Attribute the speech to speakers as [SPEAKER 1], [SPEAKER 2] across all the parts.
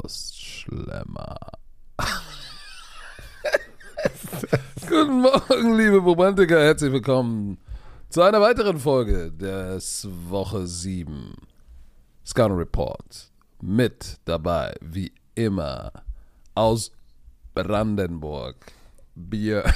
[SPEAKER 1] Horst Schlemmer. Guten Morgen, liebe Romantiker, herzlich willkommen zu einer weiteren Folge des Woche 7 Scan Report. Mit dabei, wie immer, aus Brandenburg, Björn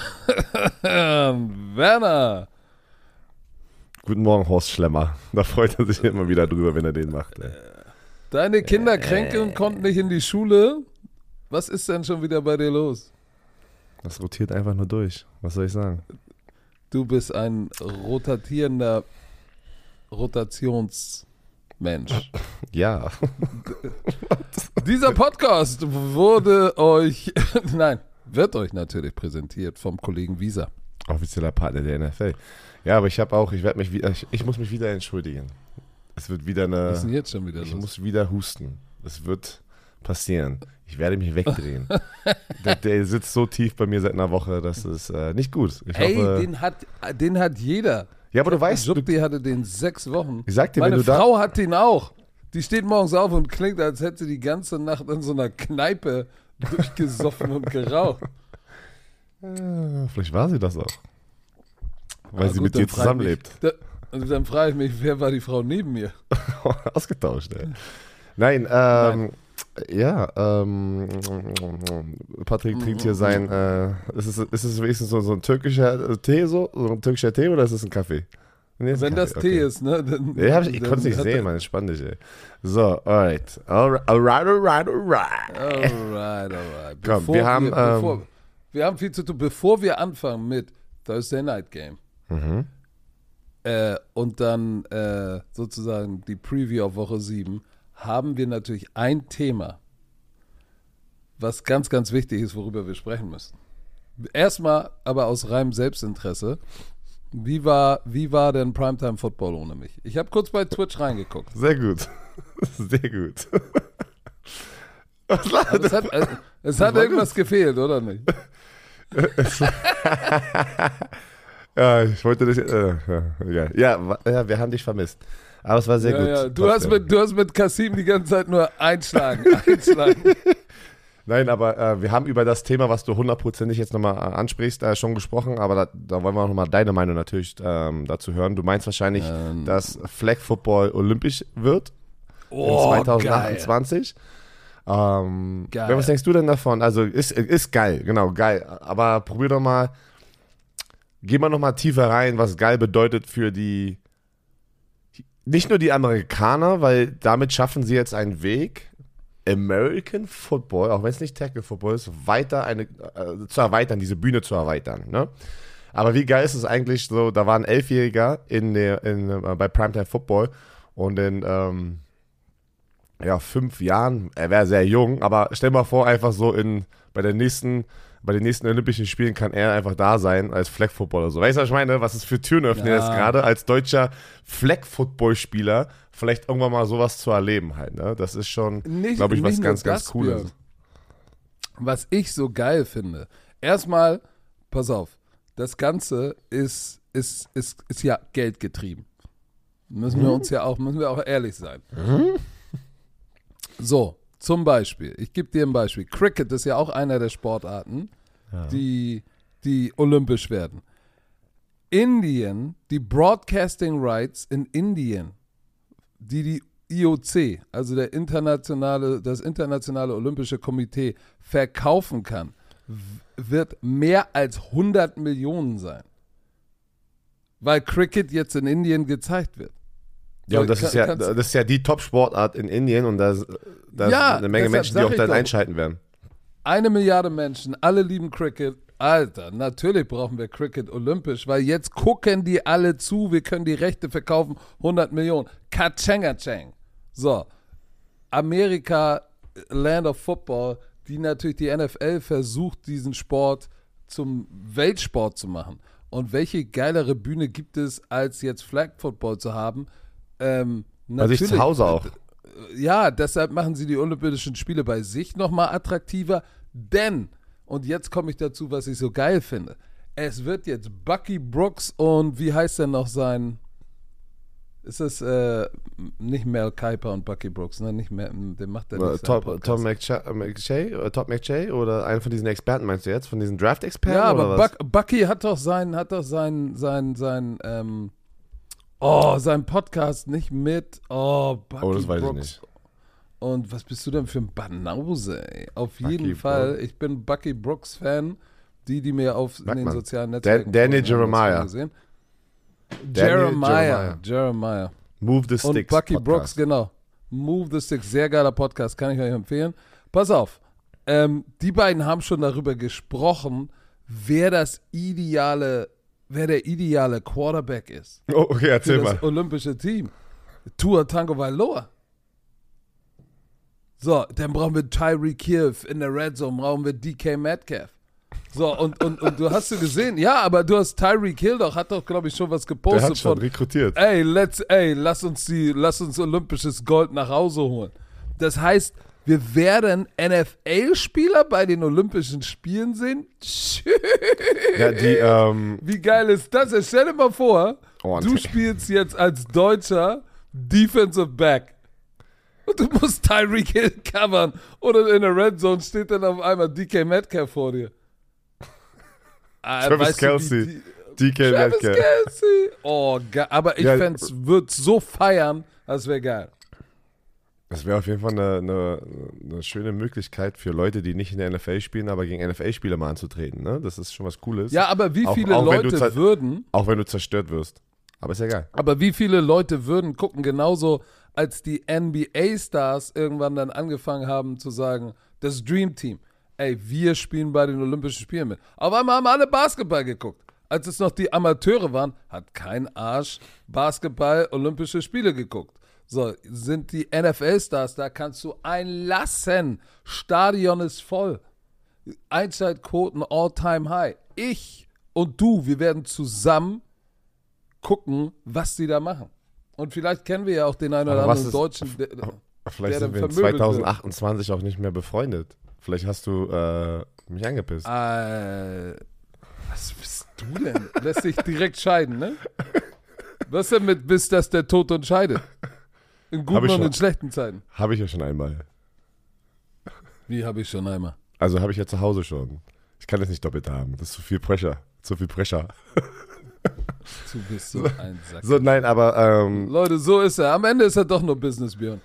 [SPEAKER 1] Werner.
[SPEAKER 2] Guten Morgen, Horst Schlemmer. Da freut er sich immer wieder drüber, wenn er den macht. Ey.
[SPEAKER 1] Deine Kinder kränkeln, konnten nicht in die Schule. Was ist denn schon wieder bei dir los?
[SPEAKER 2] Das rotiert einfach nur durch. Was soll ich sagen?
[SPEAKER 1] Du bist ein rotierender Rotationsmensch.
[SPEAKER 2] Ja.
[SPEAKER 1] Dieser Podcast wird euch natürlich präsentiert vom Kollegen Wieser.
[SPEAKER 2] Offizieller Partner der NFL. Ja, aber ich muss mich wieder entschuldigen. Es wird wieder
[SPEAKER 1] Was ist denn jetzt schon wieder
[SPEAKER 2] Ich
[SPEAKER 1] los?
[SPEAKER 2] muss wieder husten. Es wird passieren. Ich werde mich wegdrehen. der sitzt so tief bei mir seit einer Woche, das ist nicht gut. Ich hoffe,
[SPEAKER 1] den hat jeder.
[SPEAKER 2] ja, aber du weißt,
[SPEAKER 1] Juppi hatte den 6 Wochen.
[SPEAKER 2] ich sag dir,
[SPEAKER 1] Meine
[SPEAKER 2] wenn du
[SPEAKER 1] Frau hat den auch. Die steht morgens auf und klingt, als hätte sie die ganze Nacht in so einer Kneipe durchgesoffen und geraucht.
[SPEAKER 2] vielleicht war sie das auch. Weil sie
[SPEAKER 1] gut,
[SPEAKER 2] mit dir zusammenlebt.
[SPEAKER 1] Dann frage ich mich, wer war die Frau neben mir?
[SPEAKER 2] Ausgetauscht, ey. Nein, Patrick trinkt hier sein, ist es wenigstens so ein türkischer Tee, so ein türkischer Tee oder ist es ein Kaffee? Nee, ist
[SPEAKER 1] Wenn
[SPEAKER 2] ein
[SPEAKER 1] das
[SPEAKER 2] Kaffee,
[SPEAKER 1] Tee
[SPEAKER 2] okay.
[SPEAKER 1] ist, ne? Dann,
[SPEAKER 2] Ja, ich konnte es nicht sehen, Mann, entspann dich, ey. So, alright. Alright. Komm, wir
[SPEAKER 1] haben viel zu tun. Bevor wir anfangen mit Thursday Night Game und dann sozusagen die Preview auf Woche 7, haben wir natürlich ein Thema, was ganz, ganz wichtig ist, worüber wir sprechen müssen. Erstmal aber aus reinem Selbstinteresse. Wie war denn Primetime Football ohne mich? Ich habe kurz bei Twitch reingeguckt.
[SPEAKER 2] Sehr gut. Sehr gut.
[SPEAKER 1] Aber es hat irgendwas gefehlt, oder nicht?
[SPEAKER 2] Ja, ich wollte dich. Ja, wir haben dich vermisst. Aber es war sehr gut.
[SPEAKER 1] Ja. Du hast mit Kasim die ganze Zeit nur einschlagen.
[SPEAKER 2] Nein, aber wir haben über das Thema, was du hundertprozentig jetzt nochmal ansprichst, schon gesprochen, aber da wollen wir auch nochmal deine Meinung natürlich dazu hören. Du meinst wahrscheinlich, dass Flag Football olympisch wird in 2028. Geil. Was denkst du denn davon? Also ist geil, genau, geil. Aber probier doch mal, geh mal nochmal tiefer rein, was geil bedeutet für nicht nur die Amerikaner, weil damit schaffen sie jetzt einen Weg, American Football, auch wenn es nicht Tackle Football ist, zu erweitern, diese Bühne zu erweitern. Ne? Aber wie geil ist es eigentlich so, da war ein 11-Jähriger bei Primetime Football und in 5 Jahren, er wäre sehr jung, aber stell mal vor, einfach so bei den nächsten Olympischen Spielen kann er einfach da sein als Flag Footballer. So. Weißt du, was ich meine? Was es für Türen öffnet, jetzt gerade als deutscher Flag Football-Spieler vielleicht irgendwann mal sowas zu erleben halt. Ne? Das ist schon, glaube ich, was ganz, ganz Cooles.
[SPEAKER 1] Was ich so geil finde. Erstmal, pass auf, das Ganze ist ja geldgetrieben. Müssen wir auch ehrlich sein. So, zum Beispiel, ich gebe dir ein Beispiel. Cricket ist ja auch einer der Sportarten, die olympisch werden. Indien, die Broadcasting Rights in Indien, die IOC, also das Internationale Olympische Komitee, verkaufen kann, wird mehr als 100 Millionen sein. Weil Cricket jetzt in Indien gezeigt wird.
[SPEAKER 2] Ja, und das ist ja die Top-Sportart in Indien und da ist eine Menge Menschen, die auch dann einschalten werden.
[SPEAKER 1] 1 Milliarde Menschen, alle lieben Cricket. Alter, natürlich brauchen wir Cricket olympisch, weil jetzt gucken die alle zu, wir können die Rechte verkaufen, 100 Millionen. Ka-chang-a-chang. So, Amerika, Land of Football, die NFL versucht, diesen Sport zum Weltsport zu machen. Und welche geilere Bühne gibt es, als jetzt Flag Football zu haben?
[SPEAKER 2] Bei sich zu Hause auch.
[SPEAKER 1] Ja, deshalb machen sie die Olympischen Spiele bei sich nochmal attraktiver, denn, und jetzt komme ich dazu, was ich so geil finde, es wird jetzt Bucky Brooks und wie heißt denn noch sein, ist es nicht Mel Kiper und Bucky Brooks, ne? Nicht mehr, den macht er nicht.
[SPEAKER 2] Tom McShay oder einer von diesen Experten meinst du jetzt? Von diesen Draft-Experten?
[SPEAKER 1] Ja, aber
[SPEAKER 2] oder was?
[SPEAKER 1] Bucky hat doch seinen Podcast nicht mit. Bucky
[SPEAKER 2] Das weiß
[SPEAKER 1] Brooks.
[SPEAKER 2] ich nicht.
[SPEAKER 1] Und was bist du denn für ein Banause, ey? Auf
[SPEAKER 2] Bucky
[SPEAKER 1] jeden Fall,
[SPEAKER 2] Brooks.
[SPEAKER 1] ich bin Bucky Brooks-Fan. Die mir in den
[SPEAKER 2] man.
[SPEAKER 1] sozialen Netzwerken
[SPEAKER 2] Danny
[SPEAKER 1] folgen, haben das
[SPEAKER 2] Jeremiah.
[SPEAKER 1] gesehen.
[SPEAKER 2] Jeremiah.
[SPEAKER 1] Jeremiah.
[SPEAKER 2] Move the
[SPEAKER 1] Und
[SPEAKER 2] Sticks
[SPEAKER 1] Bucky
[SPEAKER 2] Podcast.
[SPEAKER 1] Brooks, genau. Move the Sticks, sehr geiler Podcast, kann ich euch empfehlen. Pass auf, die beiden haben schon darüber gesprochen, wer der ideale Quarterback ist.
[SPEAKER 2] Oh, okay, erzähl
[SPEAKER 1] Für
[SPEAKER 2] mal.
[SPEAKER 1] das olympische Team. Tua Tagovailoa. So, dann brauchen wir Tyreek Hill in der Red Zone, brauchen wir DK Metcalf. So, und du hast gesehen, ja, aber du hast Tyreek Hill hat doch, glaube ich, schon was gepostet.
[SPEAKER 2] Der hat schon rekrutiert.
[SPEAKER 1] Lass uns olympisches Gold nach Hause holen. Das heißt, wir werden NFL-Spieler bei den Olympischen Spielen sehen.
[SPEAKER 2] Ja,
[SPEAKER 1] Wie geil ist das? Stell dir mal vor, du spielst jetzt als Deutscher Defensive Back. Und du musst Tyreek Hill covern. Oder in der Red Zone steht dann auf einmal DK Metcalf vor dir.
[SPEAKER 2] Travis Kelce. DK
[SPEAKER 1] Travis
[SPEAKER 2] Metcalf.
[SPEAKER 1] Kelce. Oh, geil. Aber ich würde so feiern, das wäre geil.
[SPEAKER 2] Das wäre auf jeden Fall eine schöne Möglichkeit für Leute, die nicht in der NFL spielen, aber gegen NFL-Spieler mal anzutreten. Ne? Das ist schon was Cooles.
[SPEAKER 1] Ja, aber wie viele Leute würden...
[SPEAKER 2] Auch wenn du zerstört wirst. Aber ist ja geil.
[SPEAKER 1] Aber wie viele Leute würden gucken, genauso als die NBA-Stars irgendwann dann angefangen haben zu sagen, das Dream Team, ey, wir spielen bei den Olympischen Spielen mit. Auf einmal haben alle Basketball geguckt. Als es noch die Amateure waren, hat kein Arsch Basketball Olympische Spiele geguckt. So, sind die NFL-Stars, da kannst du einlassen. Stadion ist voll. Einschaltquoten all-time high. Ich und du, wir werden zusammen gucken, was die da machen. Und vielleicht kennen wir ja auch den einen oder anderen Deutschen,
[SPEAKER 2] vielleicht sind wir in 2028 auch nicht mehr befreundet. Vielleicht hast du mich angepisst.
[SPEAKER 1] Was bist du denn? Lässt sich direkt scheiden, ne? Was denn mit bis dass der Tod uns scheidet? In guten und in schlechten Zeiten.
[SPEAKER 2] Habe ich ja schon einmal.
[SPEAKER 1] Wie habe ich schon einmal?
[SPEAKER 2] Also habe ich ja zu Hause schon. Ich kann das nicht doppelt haben. Das ist zu viel Pressure. Zu viel Pressure.
[SPEAKER 1] Du bist so ein Sack.
[SPEAKER 2] So, nein, aber
[SPEAKER 1] Leute, so ist er. Am Ende ist er doch nur Business, Björn.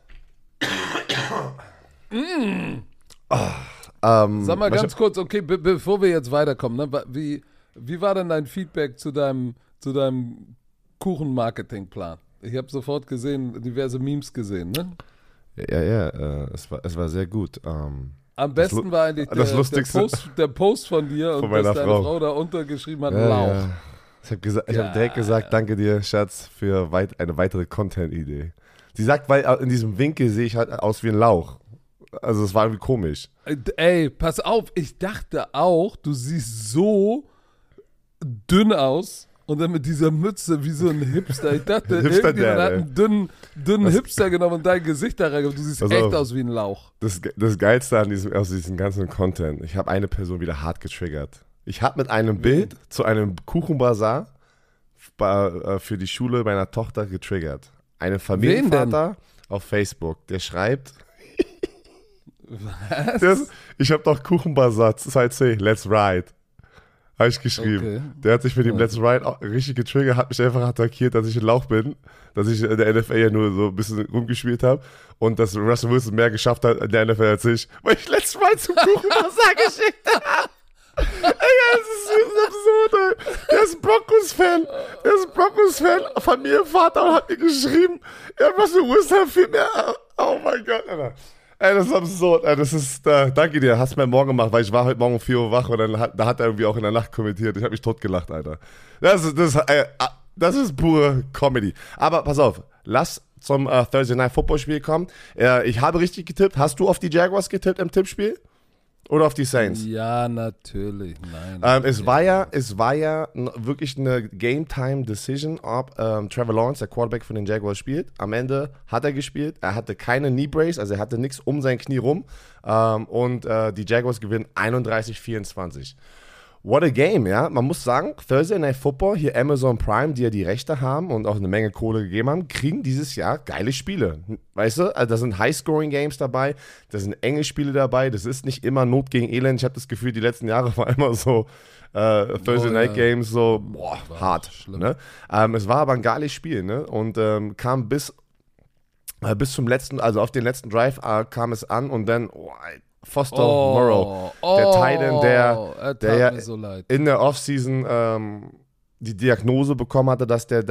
[SPEAKER 1] Sag mal ganz kurz, okay, bevor wir jetzt weiterkommen, ne, wie war denn dein Feedback zu deinem Kuchen-Marketing-Plan? Ich habe sofort diverse Memes gesehen, ne?
[SPEAKER 2] Ja, es war sehr gut.
[SPEAKER 1] Am besten war eigentlich der Post von dir und dass deine Frau da untergeschrieben hat, Lauch. Ja.
[SPEAKER 2] Ich habe direkt gesagt, danke dir, Schatz, für eine weitere Content-Idee. Sie sagt, weil in diesem Winkel sehe ich halt aus wie ein Lauch. Also es war irgendwie komisch.
[SPEAKER 1] Ey, pass auf, ich dachte auch, du siehst so dünn aus und dann mit dieser Mütze wie so ein Hipster. Ich dachte, irgendjemand hat einen dünnen Hipster genommen und dein Gesicht da rein. Du siehst echt aus wie ein Lauch.
[SPEAKER 2] Das Geilste aus diesem ganzen Content, ich habe eine Person wieder hart getriggert. Ich habe mit einem Bild zu einem Kuchenbazar für die Schule meiner Tochter getriggert. Einen Familienvater auf Facebook, der schreibt,
[SPEAKER 1] was?
[SPEAKER 2] Ich habe doch Kuchenbazar, Zeit C, let's ride. Habe ich geschrieben. Okay. Der hat sich mit dem Let's Ride richtig getriggert, hat mich einfach attackiert, dass ich ein Lauch bin, dass ich in der NFL ja nur so ein bisschen rumgespielt habe und dass Russell Wilson mehr geschafft hat in der NFL als ich, weil ich Let's Ride zum Kuchenbazar geschickt habe. Ey, das ist absurd, ey. Der ist ein Broncos-Fan. Familienvater und hat mir geschrieben, ja, Russell Wilson hat viel mehr. Oh mein Gott, Alter. Ey, das ist absurd, ey, danke dir, hast mir morgen gemacht, weil ich war heute Morgen um 4 Uhr wach und da hat er irgendwie auch in der Nacht kommentiert, ich habe mich totgelacht, Alter. Das ist pure Comedy. Aber pass auf, lass zum Thursday Night Football Spiel kommen. Ich habe richtig getippt, hast du auf die Jaguars getippt im Tippspiel? Oder auf die Saints?
[SPEAKER 1] Ja, natürlich. Nein.
[SPEAKER 2] Es war ja wirklich eine Game-Time-Decision, ob Trevor Lawrence, der Quarterback von den Jaguars, spielt. Am Ende hat er gespielt. Er hatte keine Knee-Brace, also er hatte nichts um sein Knie rum. Und die Jaguars gewinnen 31-24. what a game, ja. Man muss sagen, Thursday Night Football, hier Amazon Prime, die ja die Rechte haben und auch eine Menge Kohle gegeben haben, kriegen dieses Jahr geile Spiele. Weißt du, also da sind High-Scoring-Games dabei, da sind enge Spiele dabei, das ist nicht immer Not gegen Elend. Ich habe das Gefühl, die letzten Jahre war immer so Thursday Night Games so, hart. Ne? Es war aber ein geiles Spiel, ne? Und kam bis zum letzten, also auf den letzten Drive kam es an und dann, Foster Moreau, der Tight End, der ja
[SPEAKER 1] so
[SPEAKER 2] in der Offseason die Diagnose bekommen hatte, dass der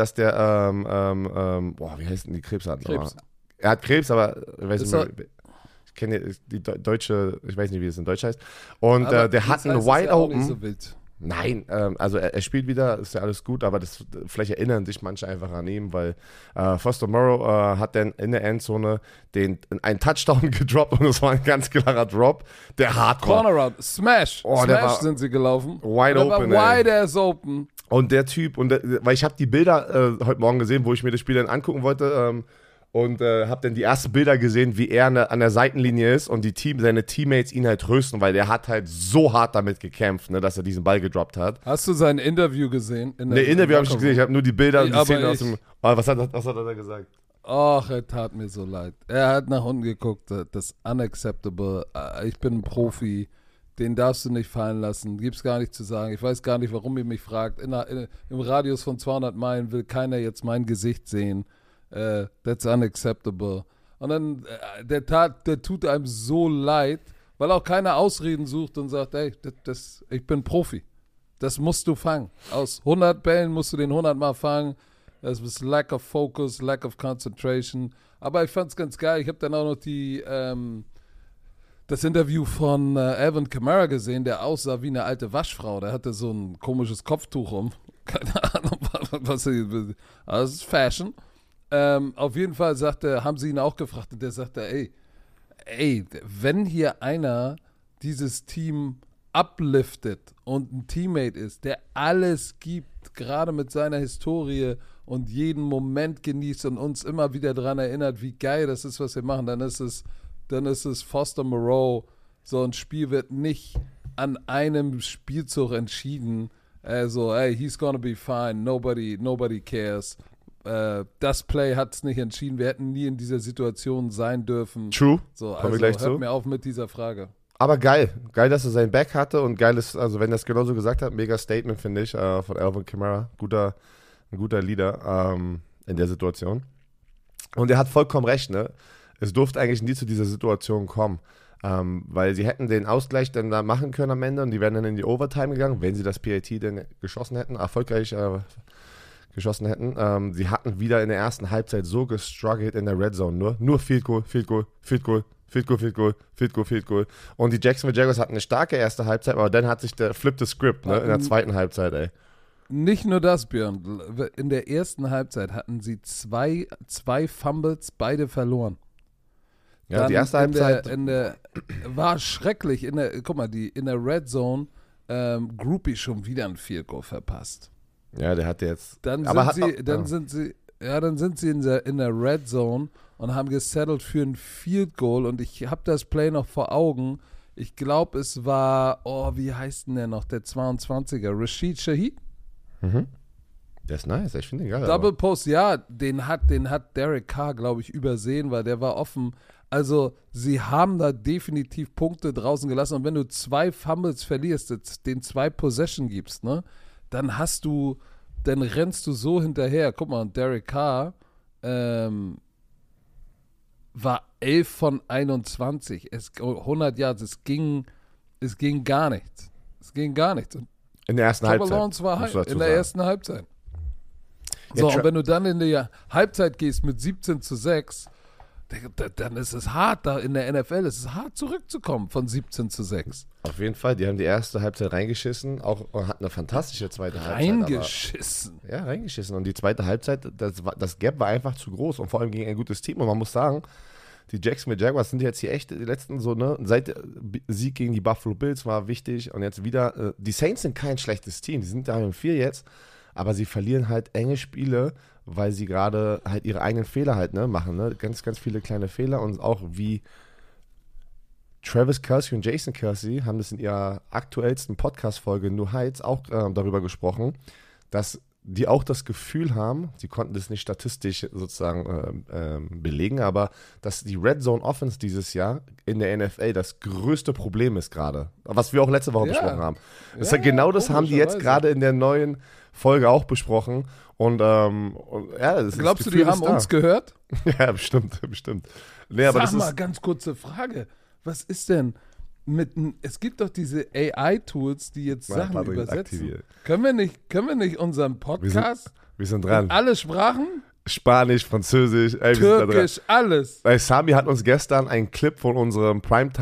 [SPEAKER 2] wie heißt denn die Krebsart?
[SPEAKER 1] Krebs.
[SPEAKER 2] Er hat Krebs, aber ich kenne die deutsche, ich weiß nicht, wie es in Deutsch heißt. Und der hat einen Wide Open.
[SPEAKER 1] So wild.
[SPEAKER 2] Nein, also er spielt wieder, ist ja alles gut, aber vielleicht erinnern sich manche einfach an ihn, weil Foster Moreau hat dann in der Endzone einen Touchdown gedroppt und es war ein ganz klarer Drop, der hart war.
[SPEAKER 1] Corner Route, Smash sind sie gelaufen.
[SPEAKER 2] Wide open,
[SPEAKER 1] wide as open.
[SPEAKER 2] Und der Typ, weil ich habe die Bilder heute Morgen gesehen, wo ich mir das Spiel dann angucken wollte, und habe dann die ersten Bilder gesehen, wie er an der Seitenlinie ist und seine Teammates ihn halt trösten, weil der hat halt so hart damit gekämpft, ne, dass er diesen Ball gedroppt hat.
[SPEAKER 1] Hast du sein Interview gesehen?
[SPEAKER 2] Interview habe ich nicht gesehen, ich habe nur die Bilder und die Szenen aus dem... was hat er da gesagt?
[SPEAKER 1] Ach, er tat mir so leid. Er hat nach unten geguckt, das unacceptable. Ich bin ein Profi, den darfst du nicht fallen lassen, gibt's gar nicht zu sagen. Ich weiß gar nicht, warum ihr mich fragt. Im Radius von 200 Meilen will keiner jetzt mein Gesicht sehen. That's unacceptable. Und dann, der tut einem so leid, weil auch keiner Ausreden sucht und sagt, ey, ich bin Profi. Das musst du fangen. Aus 100 Bällen musst du den 100 Mal fangen. Das ist lack of focus, lack of concentration. Aber ich fand's ganz geil. Ich habe dann auch noch das Interview von Alvin Kamara gesehen, der aussah wie eine alte Waschfrau. Der hatte so ein komisches Kopftuch um. Keine Ahnung, was das ist Fashion. Auf jeden Fall haben sie ihn auch gefragt und der sagte, ey, wenn hier einer dieses Team upliftet und ein Teammate ist, der alles gibt, gerade mit seiner Historie und jeden Moment genießt und uns immer wieder daran erinnert, wie geil das ist, was wir machen, dann ist es Foster Moreau. So ein Spiel wird nicht an einem Spielzug entschieden. Also, he's gonna be fine, nobody cares. Das Play hat es nicht entschieden. Wir hätten nie in dieser Situation sein dürfen.
[SPEAKER 2] True.
[SPEAKER 1] So,
[SPEAKER 2] Kommen wir gleich zu.
[SPEAKER 1] Hört mir auf mit dieser Frage.
[SPEAKER 2] Aber geil, dass er sein Back hatte und geil ist, also wenn er es genauso gesagt hat, mega Statement, finde ich, von Alvin Kamara. Ein guter Leader in der Situation. Und er hat vollkommen recht, ne? Es durfte eigentlich nie zu dieser Situation kommen. Weil sie hätten den Ausgleich dann da machen können am Ende und die wären dann in die Overtime gegangen, wenn sie das PAT denn geschossen hätten, erfolgreich geschossen hätten. Sie hatten wieder in der ersten Halbzeit so gestruggelt in der Red Zone. Nur Field Goal. Und die Jacksonville Jaguars hatten eine starke erste Halbzeit, aber dann hat sich der Flip the Script, ne, in der zweiten Halbzeit, ey.
[SPEAKER 1] Nicht nur das, Björn. In der ersten Halbzeit hatten sie zwei Fumbles, beide verloren.
[SPEAKER 2] Ja,
[SPEAKER 1] dann
[SPEAKER 2] die erste Halbzeit
[SPEAKER 1] war schrecklich. In der Red Zone Groupie schon wieder ein Field Goal verpasst.
[SPEAKER 2] Ja, der hatte jetzt.
[SPEAKER 1] Dann sind sie in der Red Zone und haben gesettelt für ein Field Goal und ich habe das Play noch vor Augen. Ich glaube, es war, wie heißt denn der noch, der 22er, Rashid Shaheed?
[SPEAKER 2] Mhm. Der ist nice, ich finde ihn geil.
[SPEAKER 1] Double Post, ja, den hat Derek Carr, glaube ich, übersehen, weil der war offen. Also, sie haben da definitiv Punkte draußen gelassen und wenn du 2 Fumbles verlierst, den 2 Possession gibst, ne? Dann rennst du so hinterher. Guck mal, und Derek Carr war 11 von 21. 100 Yards, es ging gar nichts. Und
[SPEAKER 2] in der ersten Halbzeit.
[SPEAKER 1] Lawrence war in der ersten Halbzeit. So, und wenn du dann in die Halbzeit gehst mit 17-6, dann ist es hart, da in der NFL ist es hart zurückzukommen von 17-6.
[SPEAKER 2] Auf jeden Fall, die haben die erste Halbzeit reingeschissen, auch hatten eine fantastische zweite Halbzeit. Reingeschissen. Und die zweite Halbzeit, das Gap war einfach zu groß und vor allem gegen ein gutes Team. Und man muss sagen, die Jacksonville Jaguars sind jetzt hier echt die letzten so, ne, seit Sieg gegen die Buffalo Bills war wichtig und jetzt wieder, die Saints sind kein schlechtes Team, die sind 3-4 jetzt, aber sie verlieren halt enge Spiele, weil sie gerade halt ihre eigenen Fehler halt, ne, machen, ne, ganz, ganz viele kleine Fehler und auch wie Travis Kelce und Jason Kelce haben das in ihrer aktuellsten Podcast-Folge New Heights auch darüber gesprochen, dass die auch das Gefühl haben, sie konnten das nicht statistisch sozusagen belegen, aber dass die Red Zone Offense dieses Jahr in der NFL das größte Problem ist gerade, was wir auch letzte Woche besprochen haben. Das genau das haben die jetzt gerade in der neuen Folge auch besprochen und das
[SPEAKER 1] glaubst du, die haben uns gehört?
[SPEAKER 2] Ja, bestimmt. Nee, aber
[SPEAKER 1] Sag mal, ganz kurze Frage. Was ist denn es gibt doch diese AI-Tools, die jetzt Sachen übersetzen.
[SPEAKER 2] Aktiviert.
[SPEAKER 1] Können wir nicht unseren Podcast?
[SPEAKER 2] Wir sind dran.
[SPEAKER 1] Alle Sprachen?
[SPEAKER 2] Spanisch, Französisch,
[SPEAKER 1] Türkisch, alles.
[SPEAKER 2] Weil Sami hat uns gestern einen Clip von unserer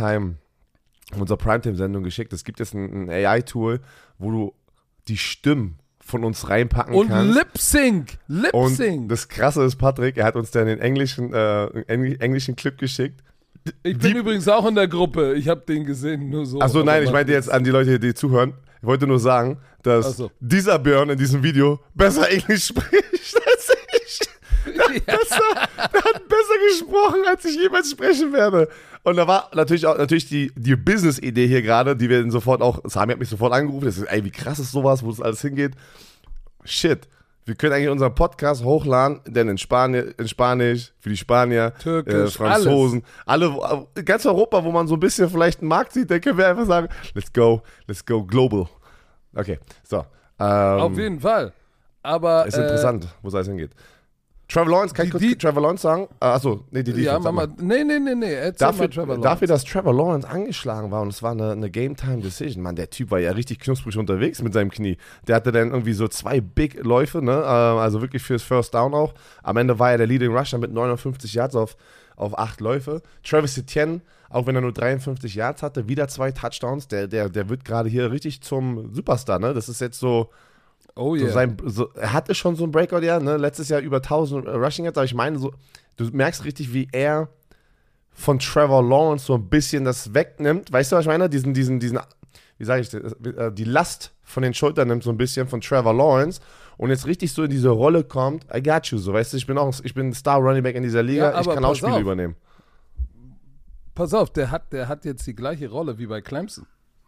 [SPEAKER 2] Primetime-Sendung geschickt. Es gibt jetzt ein AI-Tool, wo du die Stimmen von uns reinpacken kannst.
[SPEAKER 1] Und Lip-Sync.
[SPEAKER 2] Und das Krasse ist, Patrick, er hat uns dann den englischen Clip geschickt.
[SPEAKER 1] Ich bin übrigens auch in der Gruppe. Ich habe den gesehen, nur so.
[SPEAKER 2] Achso, nein, ich meinte jetzt an die Leute, die zuhören. Ich wollte nur sagen, dass dieser Björn in diesem Video besser Englisch spricht als ich. Der hat besser gesprochen, als ich jemals sprechen werde. Und da war natürlich die Business-Idee hier gerade, die wir sofort auch, Sami hat mich sofort angerufen, das ist, ey, wie krass ist sowas, wo das alles hingeht. Shit. Wir können eigentlich unseren Podcast hochladen, denn in Spanisch, für die Spanier,
[SPEAKER 1] Türkisch,
[SPEAKER 2] Franzosen, alle, ganz Europa, wo man so ein bisschen vielleicht einen Markt sieht, da können wir einfach sagen, let's go global. Okay, so.
[SPEAKER 1] Auf jeden Fall. Aber
[SPEAKER 2] ist interessant, wo es alles hingeht. Trevor Lawrence, kann ich kurz Trevor Lawrence sagen? Achso, nee, die
[SPEAKER 1] ja, Mama, nee, erzähl mal Trevor Lawrence.
[SPEAKER 2] Dafür, dass Trevor Lawrence angeschlagen war und es war eine Game-Time-Decision, Mann, der Typ war ja richtig knusprig unterwegs mit seinem Knie. Der hatte dann irgendwie so 2 Big-Läufe, ne, also wirklich fürs First Down auch. Am Ende war er der Leading Rusher mit 59 Yards auf 8 Läufe. Travis Etienne, auch wenn er nur 53 Yards hatte, wieder 2 Touchdowns, der wird gerade hier richtig zum Superstar, ne, das ist jetzt so...
[SPEAKER 1] Oh yeah.
[SPEAKER 2] Er hatte schon so ein Breakout-Jahr, ne? Letztes Jahr über 1000 Rushing Yards, aber ich meine, so, du merkst richtig, wie er von Trevor Lawrence so ein bisschen das wegnimmt. Weißt du, was ich meine? Diesen wie sage ich das? Die Last von den Schultern nimmt so ein bisschen von Trevor Lawrence und jetzt richtig so in diese Rolle kommt, I got you, so, weißt du, ich bin ein Star-Running-Back in dieser Liga,
[SPEAKER 1] ja,
[SPEAKER 2] ich kann auch Spiele übernehmen.
[SPEAKER 1] Pass auf, der hat jetzt die gleiche Rolle wie bei Clemson.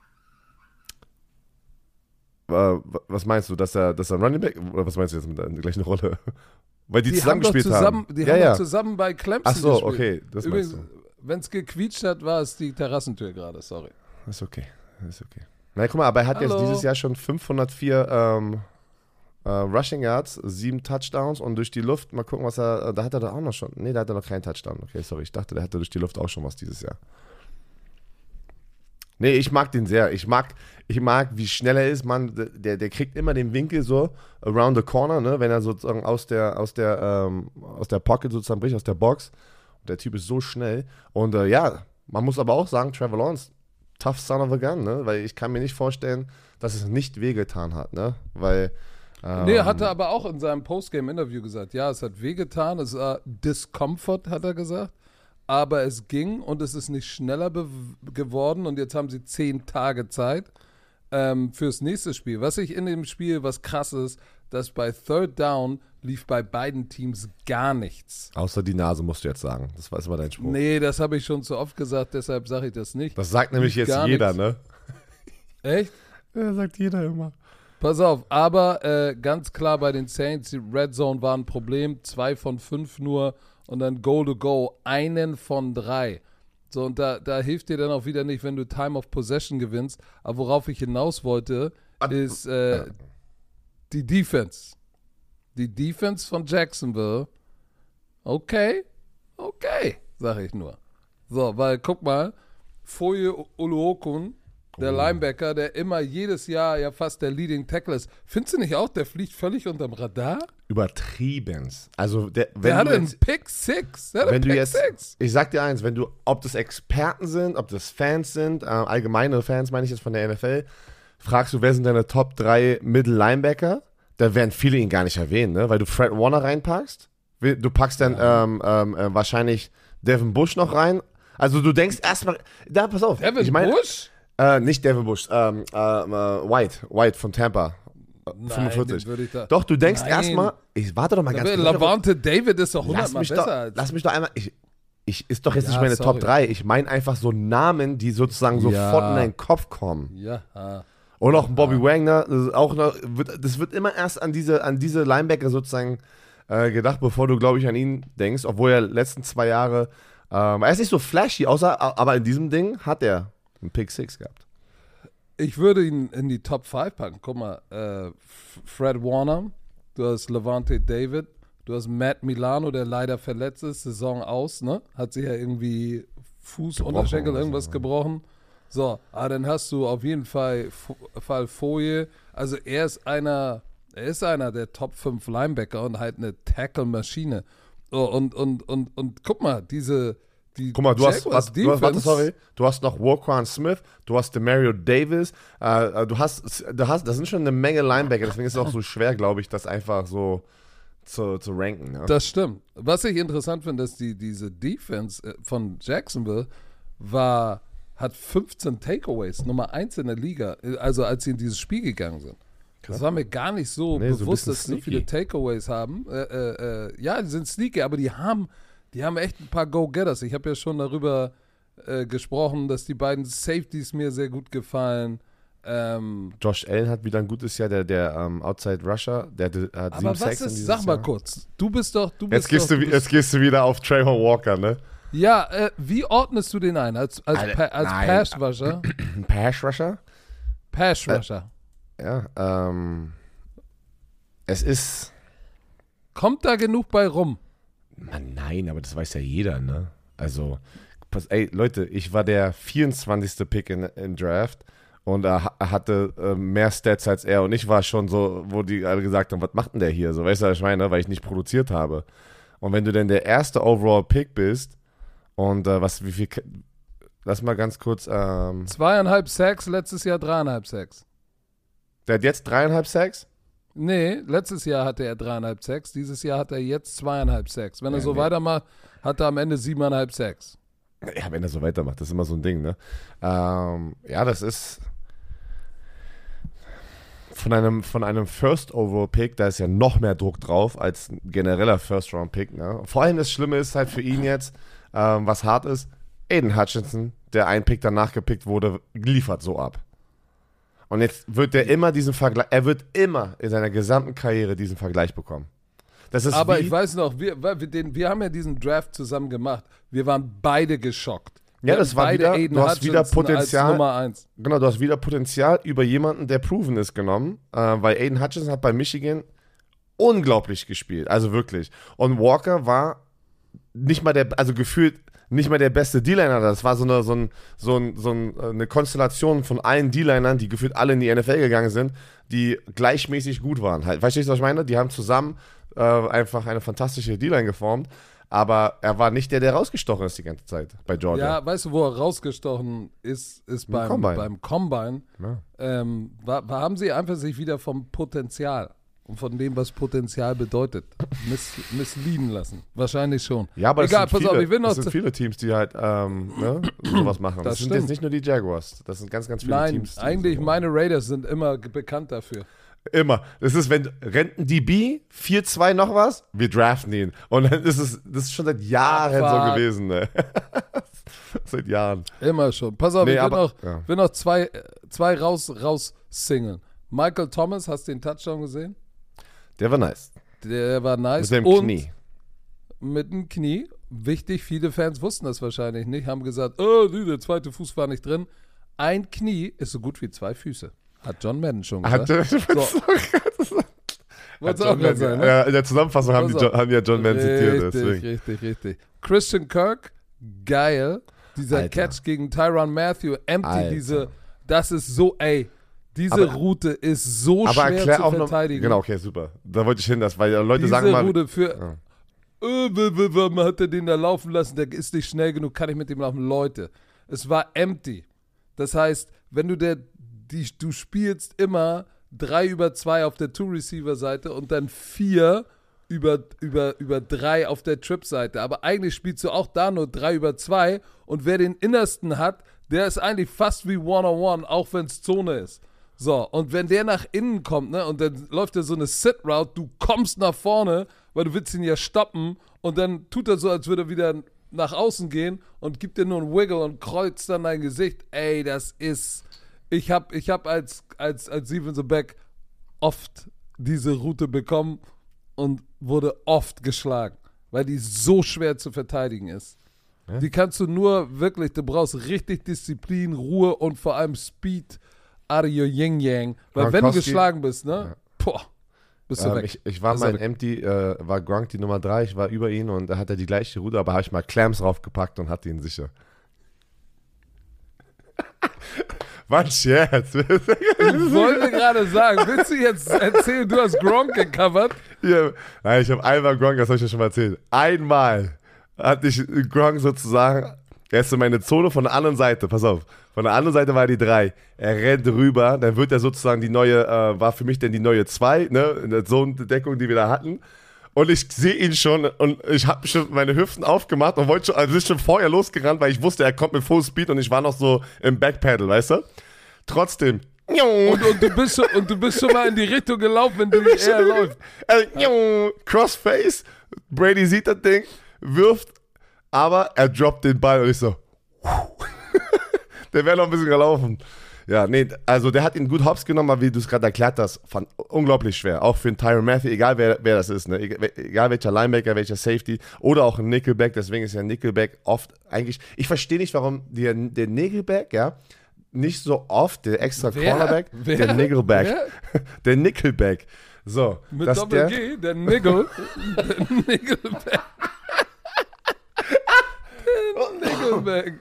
[SPEAKER 2] Was meinst du, dass er ein Running Back, oder was meinst du jetzt mit der gleichen Rolle? Weil die zusammen gespielt haben.
[SPEAKER 1] Die haben doch zusammen bei Clemson gespielt.
[SPEAKER 2] Ach so, okay, das
[SPEAKER 1] übrigens,
[SPEAKER 2] meinst du.
[SPEAKER 1] Wenn es gequietscht hat, war es die Terrassentür gerade, sorry.
[SPEAKER 2] Ist okay. Na, guck mal, aber er hat jetzt dieses Jahr schon 504 Rushing Yards, 7 Touchdowns und durch die Luft, mal gucken, da hat er da auch noch schon, nee, da hat er noch keinen Touchdown. Okay, sorry, ich dachte, der hatte durch die Luft auch schon was dieses Jahr. Nee, ich mag den sehr. Ich mag, wie schnell er ist, Mann. Der kriegt immer den Winkel so around the corner, ne, wenn er sozusagen aus der Pocket sozusagen bricht, aus der Box. Und der Typ ist so schnell. Und ja, man muss aber auch sagen, Trevor Lawrence, tough son of a gun, ne, weil ich kann mir nicht vorstellen, dass es nicht wehgetan hat, ne, weil
[SPEAKER 1] nee, hat er aber auch in seinem Postgame-Interview gesagt. Ja, es hat wehgetan, es war Discomfort, hat er gesagt. Aber es ging und es ist nicht schneller geworden und jetzt haben sie 10 Tage Zeit fürs nächste Spiel. Was ich in dem Spiel, was krass ist, dass bei Third Down lief bei beiden Teams gar nichts.
[SPEAKER 2] Außer die Nase, musst du jetzt sagen. Das war immer dein Spruch.
[SPEAKER 1] Nee, das habe ich schon zu oft gesagt, deshalb sage ich das nicht.
[SPEAKER 2] Das sagt nämlich jetzt jeder, ne?
[SPEAKER 1] Echt?
[SPEAKER 2] Ja, sagt jeder immer.
[SPEAKER 1] Pass auf, aber ganz klar bei den Saints, die Red Zone war ein Problem, 2 von 5 nur und dann Goal to Go, 1 von 3. So, und da hilft dir dann auch wieder nicht, wenn du Time of Possession gewinnst. Aber worauf ich hinaus wollte, ist die Defense. Die Defense von Jacksonville, okay, sag ich nur. So, weil guck mal, Foye Oluokun, der Linebacker, der immer jedes Jahr ja fast der Leading Tackle ist. Findest du nicht auch, der fliegt völlig unterm Radar?
[SPEAKER 2] Übertriebenst. Also der
[SPEAKER 1] hat einen Pick 6.
[SPEAKER 2] Ich sag dir eins, ob das Experten sind, ob das Fans sind, allgemeine Fans meine ich jetzt von der NFL, fragst du, wer sind deine Top 3 Middle Linebacker, da werden viele ihn gar nicht erwähnen, ne? Weil du Fred Warner reinpackst, du packst dann wahrscheinlich Devin Bush noch rein. Also du denkst erstmal, pass auf.
[SPEAKER 1] Devin Bush?
[SPEAKER 2] Nicht Devin Bush, White von Tampa.
[SPEAKER 1] Nein,
[SPEAKER 2] 45. Doch, du denkst erstmal, warte doch mal ganz kurz.
[SPEAKER 1] Lavonte David ist doch 100 Mal besser als...
[SPEAKER 2] Lass mich doch einmal, ist doch jetzt
[SPEAKER 1] Ja,
[SPEAKER 2] nicht meine
[SPEAKER 1] sorry.
[SPEAKER 2] Top 3. Ich meine einfach so Namen, die sozusagen sofort in deinen Kopf kommen.
[SPEAKER 1] Ja.
[SPEAKER 2] Und auch Bobby Wagner, das ist auch noch, das wird immer erst an diese Linebacker sozusagen gedacht, bevor du, glaube ich, an ihn denkst, obwohl er letzten 2 Jahre, er ist nicht so flashy, aber in diesem Ding hat er einen Pick 6 gehabt.
[SPEAKER 1] Ich würde ihn in die Top 5 packen. Guck mal, Fred Warner, du hast Levante David, du hast Matt Milano, der leider verletzt ist, Saison aus, ne? Hat sich ja irgendwie Fuß, Unterschenkel, irgendwas gebrochen. So, aber dann hast du auf jeden Fall Foye. Also er ist einer der Top 5 Linebacker und halt eine Tackle-Maschine. So, und guck mal,
[SPEAKER 2] Guck mal, du hast
[SPEAKER 1] Defense,
[SPEAKER 2] du hast noch Roquan Smith, du hast Demario Davis, das sind schon eine Menge Linebacker, deswegen ist es auch so schwer, glaube ich, das einfach so zu ranken. Ja?
[SPEAKER 1] Das stimmt. Was ich interessant finde, ist diese Defense von Jacksonville hat 15 Takeaways, Nummer 1 in der Liga, also als sie in dieses Spiel gegangen sind. Das war mir gar nicht so bewusst, dass sie so viele Takeaways haben. Ja, die sind sneaky, aber die haben echt ein paar Go-Getters. Ich habe ja schon darüber gesprochen, dass die beiden Safeties mir sehr gut gefallen.
[SPEAKER 2] Josh Allen hat wieder ein gutes Jahr, der Outside Rusher, der hat 7 Sacks in dieses
[SPEAKER 1] Jahr. Sag mal
[SPEAKER 2] Jahr.
[SPEAKER 1] kurz, du bist doch...
[SPEAKER 2] Jetzt gehst du wieder auf Trayvon Walker, ne?
[SPEAKER 1] Ja, wie ordnest du den ein? Als Pass-Rusher?
[SPEAKER 2] Pass-Rusher?
[SPEAKER 1] Pass-Rusher.
[SPEAKER 2] Ja, es ist...
[SPEAKER 1] Kommt da genug bei rum?
[SPEAKER 2] Man, nein, aber das weiß ja jeder, ne? Also, Leute, ich war der 24. Pick in Draft und er hatte mehr Stats als er und ich war schon so, wo die alle gesagt haben, was macht denn der hier? So, weißt du, was ich meine? Weil ich nicht produziert habe. Und wenn du denn der erste Overall Pick bist und wie viel, lass mal ganz kurz.
[SPEAKER 1] 2,5 Sacks, letztes Jahr 3,5 Sacks.
[SPEAKER 2] Der hat jetzt 3,5 Sacks?
[SPEAKER 1] Nee, letztes Jahr hatte er 3,5 Sacks, dieses Jahr hat er jetzt 2,5 Sacks. Wenn er so weitermacht, hat er am Ende 7,5 Sacks.
[SPEAKER 2] Ja, wenn er so weitermacht, das ist immer so ein Ding, ne? Ja, das ist von einem First Overall Pick, da ist ja noch mehr Druck drauf als ein genereller First Round Pick, ne? Vor allem das Schlimme ist halt für ihn jetzt, was hart ist, Aiden Hutchinson, der ein Pick danach gepickt wurde, liefert so ab. Und jetzt wird er immer in seiner gesamten Karriere diesen Vergleich bekommen. Das ist
[SPEAKER 1] aber ich weiß noch, wir haben ja diesen Draft zusammen gemacht. Wir waren beide geschockt.
[SPEAKER 2] Ja, das war wieder,
[SPEAKER 1] Aiden
[SPEAKER 2] du hast wieder
[SPEAKER 1] Hutchinson
[SPEAKER 2] Potenzial.
[SPEAKER 1] als Nummer 1.
[SPEAKER 2] Genau, du hast wieder Potenzial über jemanden, der proven ist, genommen. Weil Aiden Hutchinson hat bei Michigan unglaublich gespielt. Also wirklich. Und Walker war nicht mal gefühlt nicht mal der beste D-Liner. Das war so eine Konstellation von allen D-Linern, die gefühlt alle in die NFL gegangen sind, die gleichmäßig gut waren. Halt, weißt du, was ich meine? Die haben zusammen einfach eine fantastische D-Line geformt, aber er war nicht der rausgestochen ist die ganze Zeit bei Georgia.
[SPEAKER 1] Ja, weißt du, wo er rausgestochen ist beim Combine.
[SPEAKER 2] Ja.
[SPEAKER 1] Haben sie einfach sich wieder vom Potenzial und von dem, was Potenzial bedeutet, missleaden lassen. Wahrscheinlich schon.
[SPEAKER 2] Ja, aber
[SPEAKER 1] egal,
[SPEAKER 2] es sind,
[SPEAKER 1] pass auf, ich will noch
[SPEAKER 2] sind viele Teams, die halt sowas machen. Das sind
[SPEAKER 1] stimmt.
[SPEAKER 2] jetzt nicht nur die Jaguars. Das sind ganz, ganz viele Teams.
[SPEAKER 1] Nein, eigentlich meine Raiders sind immer bekannt dafür.
[SPEAKER 2] Immer. Das ist, wenn Renten DB 4-2 noch was, wir draften ihn. Und dann das ist schon seit Jahren so gewesen. Ne? Seit Jahren.
[SPEAKER 1] Immer schon. Pass auf, ich will noch zwei raus-singeln. Michael Thomas, hast du den Touchdown gesehen?
[SPEAKER 2] Der war nice.
[SPEAKER 1] Der war nice.
[SPEAKER 2] Mit dem Knie.
[SPEAKER 1] Mit dem Knie. Wichtig, viele Fans wussten das wahrscheinlich nicht, haben gesagt, oh, der zweite Fuß war nicht drin. Ein Knie ist so gut wie 2 Füße. Hat John Madden schon gesagt. Wollt's auch gerade sein, ne?
[SPEAKER 2] Ja, in der Zusammenfassung haben ja John Madden zitiert.
[SPEAKER 1] Richtig. Christian Kirk, geil. Dieser
[SPEAKER 2] Alter.
[SPEAKER 1] Catch gegen Tyrann Mathieu, empty, das ist so, diese Route ist so schwer zu verteidigen.
[SPEAKER 2] Genau, okay, super. Da wollte ich hin, weil Leute
[SPEAKER 1] diese
[SPEAKER 2] sagen mal...
[SPEAKER 1] Route für... Warum hat er den da laufen lassen? Der ist nicht schnell genug, kann ich mit dem laufen? Leute, es war empty. Das heißt, wenn du spielst immer 3/2 auf der Two-Receiver-Seite und dann 4 über 3 auf der Trip-Seite. Aber eigentlich spielst du auch da nur 3/2 und wer den innersten hat, der ist eigentlich fast wie One-on-One, auch wenn es Zone ist. So, und wenn der nach innen kommt, ne, und dann läuft er so eine Sit-Route, du kommst nach vorne, weil du willst ihn ja stoppen und dann tut er so, als würde er wieder nach außen gehen und gibt dir nur einen Wiggle und kreuzt dann dein Gesicht. Ey, das ist, ich hab als Defensive Back oft diese Route bekommen und wurde oft geschlagen, weil die so schwer zu verteidigen ist. Ja? Die kannst du nur wirklich, du brauchst richtig Disziplin, Ruhe und vor allem Speed out of your Yin-Yang, weil wenn du geschlagen bist, ne, boah, bist du weg.
[SPEAKER 2] Ich war mein Empty, war Gronk die Nummer 3, ich war über ihn und da hat er die gleiche Route, aber habe ich mal Clams draufgepackt und hatte ihn sicher. War ein Scherz.
[SPEAKER 1] Ich wollte gerade sagen, willst du jetzt erzählen, du hast Gronk gecovert?
[SPEAKER 2] Ja, nein, ich habe einmal Gronk, das habe ich ja schon mal erzählt. Einmal hatte ich Gronk sozusagen, er ist in meine Zone von der anderen Seite, pass auf, von der anderen Seite war die 3. Er rennt rüber, dann wird er sozusagen die neue, war für mich dann die neue 2, ne, in der Zonendeckung, die wir da hatten. Und ich sehe ihn schon und ich habe schon meine Hüften aufgemacht und wollte schon, also ist schon vorher losgerannt, weil ich wusste, er kommt mit Full Speed und ich war noch so im Backpedal, weißt du? Trotzdem.
[SPEAKER 1] Und du bist schon mal in die Richtung gelaufen, wenn du eher läufst.
[SPEAKER 2] Crossface, Brady sieht das Ding, wirft, aber er droppt den Ball und ich so, der wäre noch ein bisschen gelaufen. Ja, nee, also der hat ihn gut hops genommen, aber wie du es gerade erklärt hast, fand unglaublich schwer. Auch für einen Tyrann Matthew, egal wer das ist, ne? Egal welcher Linebacker, welcher Safety oder auch ein Nickelback, deswegen ist ja Nickelback oft eigentlich, ich verstehe nicht, warum der Nickelback, ja, nicht so oft, der extra Cornerback, der Nickelback, der Nickelback, so.
[SPEAKER 1] Mit Doppel-G, der Nickelback. Nickelback.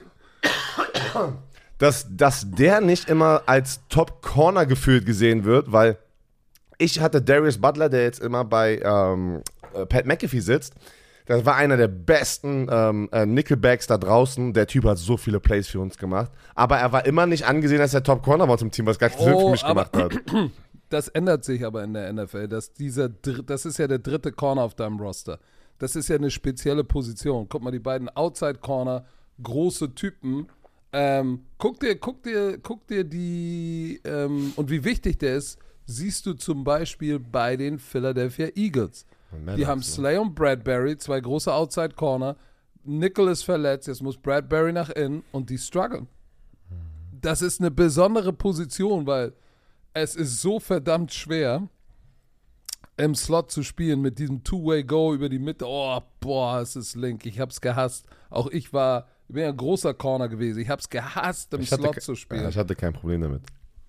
[SPEAKER 2] Dass der nicht immer als Top-Corner gefühlt gesehen wird, weil ich hatte Darius Butler, der jetzt immer bei Pat McAfee sitzt. Das war einer der besten Nickelbacks da draußen. Der Typ hat so viele Plays für uns gemacht. Aber er war immer nicht angesehen als der Top-Corner bei uns im Team, was gar keinen Sinn für mich gemacht hat.
[SPEAKER 1] Das ändert sich aber in der NFL. Das ist ja der dritte Corner auf deinem Roster. Das ist ja eine spezielle Position. Guck mal, die beiden Outside-Corner, große Typen. Guck dir die, und wie wichtig der ist, siehst du zum Beispiel bei den Philadelphia Eagles. Die haben Slay und Bradbury, 2 große Outside Corner. Nickel ist verletzt, jetzt muss Bradbury nach innen und die strugglen. Das ist eine besondere Position, weil es ist so verdammt schwer, im Slot zu spielen mit diesem Two-Way-Go über die Mitte. Oh, boah, es ist Link. Ich hab's gehasst. Auch ich bin ja ein großer Corner gewesen. Ich hab's gehasst, im Slot zu spielen.
[SPEAKER 2] Ja, ich hatte kein Problem damit.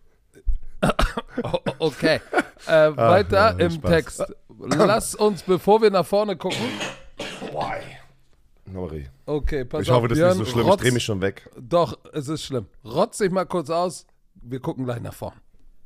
[SPEAKER 1] Okay. Weiter im Spaß. Text. Lass uns, bevor wir nach vorne gucken.
[SPEAKER 2] Nori.
[SPEAKER 1] Okay, pass auf.
[SPEAKER 2] Ich hoffe, das ist nicht so schlimm. Ich drehe mich schon weg.
[SPEAKER 1] Doch, es ist schlimm. Rotz dich mal kurz aus. Wir gucken gleich nach vorne.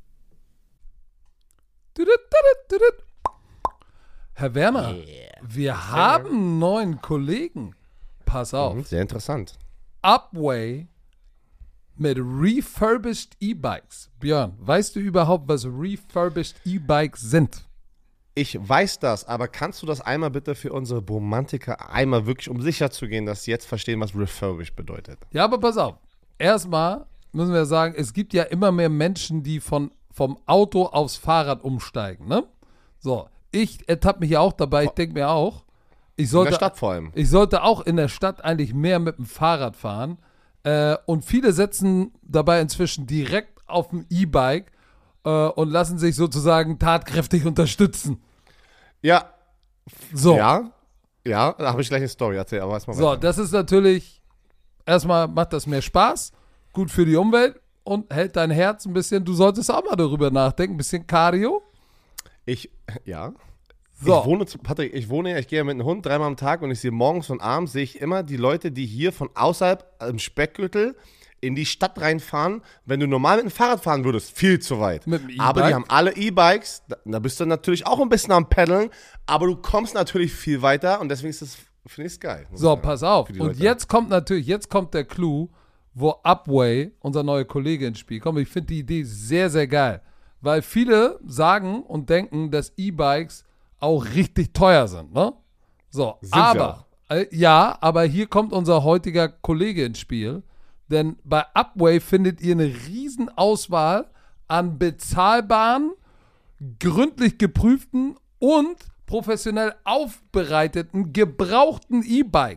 [SPEAKER 1] Herr Werner, wir haben einen neuen Kollegen. Pass auf.
[SPEAKER 2] Sehr interessant.
[SPEAKER 1] Upway mit refurbished E-Bikes. Björn, weißt du überhaupt, was refurbished E-Bikes sind?
[SPEAKER 2] Ich weiß das, aber kannst du das einmal bitte für unsere Romantiker einmal wirklich, um sicher zu gehen, dass sie jetzt verstehen, was refurbished bedeutet?
[SPEAKER 1] Ja, aber pass auf. Erstmal müssen wir sagen, es gibt ja immer mehr Menschen, die vom Auto aufs Fahrrad umsteigen, ne? So, ich ertappe mich ja auch dabei, ich denke mir auch, in der
[SPEAKER 2] Stadt vor allem.
[SPEAKER 1] Ich sollte auch in der Stadt eigentlich mehr mit dem Fahrrad fahren. Und viele setzen dabei inzwischen direkt auf dem E-Bike und lassen sich sozusagen tatkräftig unterstützen.
[SPEAKER 2] Ja.
[SPEAKER 1] So.
[SPEAKER 2] Ja, da habe ich gleich eine Story. Erzähl, aber erstmal
[SPEAKER 1] weiter. So, das ist natürlich, erstmal macht das mehr Spaß, gut für die Umwelt und hält dein Herz ein bisschen, du solltest auch mal darüber nachdenken, ein bisschen Cardio.
[SPEAKER 2] Ja.
[SPEAKER 1] So.
[SPEAKER 2] Ich gehe ja mit einem Hund 3-mal am Tag und ich sehe morgens und abends, sehe ich immer die Leute, die hier von außerhalb im Speckgürtel in die Stadt reinfahren. Wenn du normal mit dem Fahrrad fahren würdest, viel zu weit.
[SPEAKER 1] Mit dem E-Bike?
[SPEAKER 2] Aber die haben alle E-Bikes, da bist du natürlich auch ein bisschen am Paddeln, aber du kommst natürlich viel weiter und deswegen finde ich es geil.
[SPEAKER 1] So, pass auf. Und jetzt kommt der Clou, wo Upway, unser neuer Kollege, ins Spiel kommt. Ich finde die Idee sehr, sehr geil. Weil viele sagen und denken, dass E-Bikes auch richtig teuer sind, ne? So, aber hier kommt unser heutiger Kollege ins Spiel, denn bei Upway findet ihr eine riesen Auswahl an bezahlbaren, gründlich geprüften und professionell aufbereiteten, gebrauchten E-Bikes.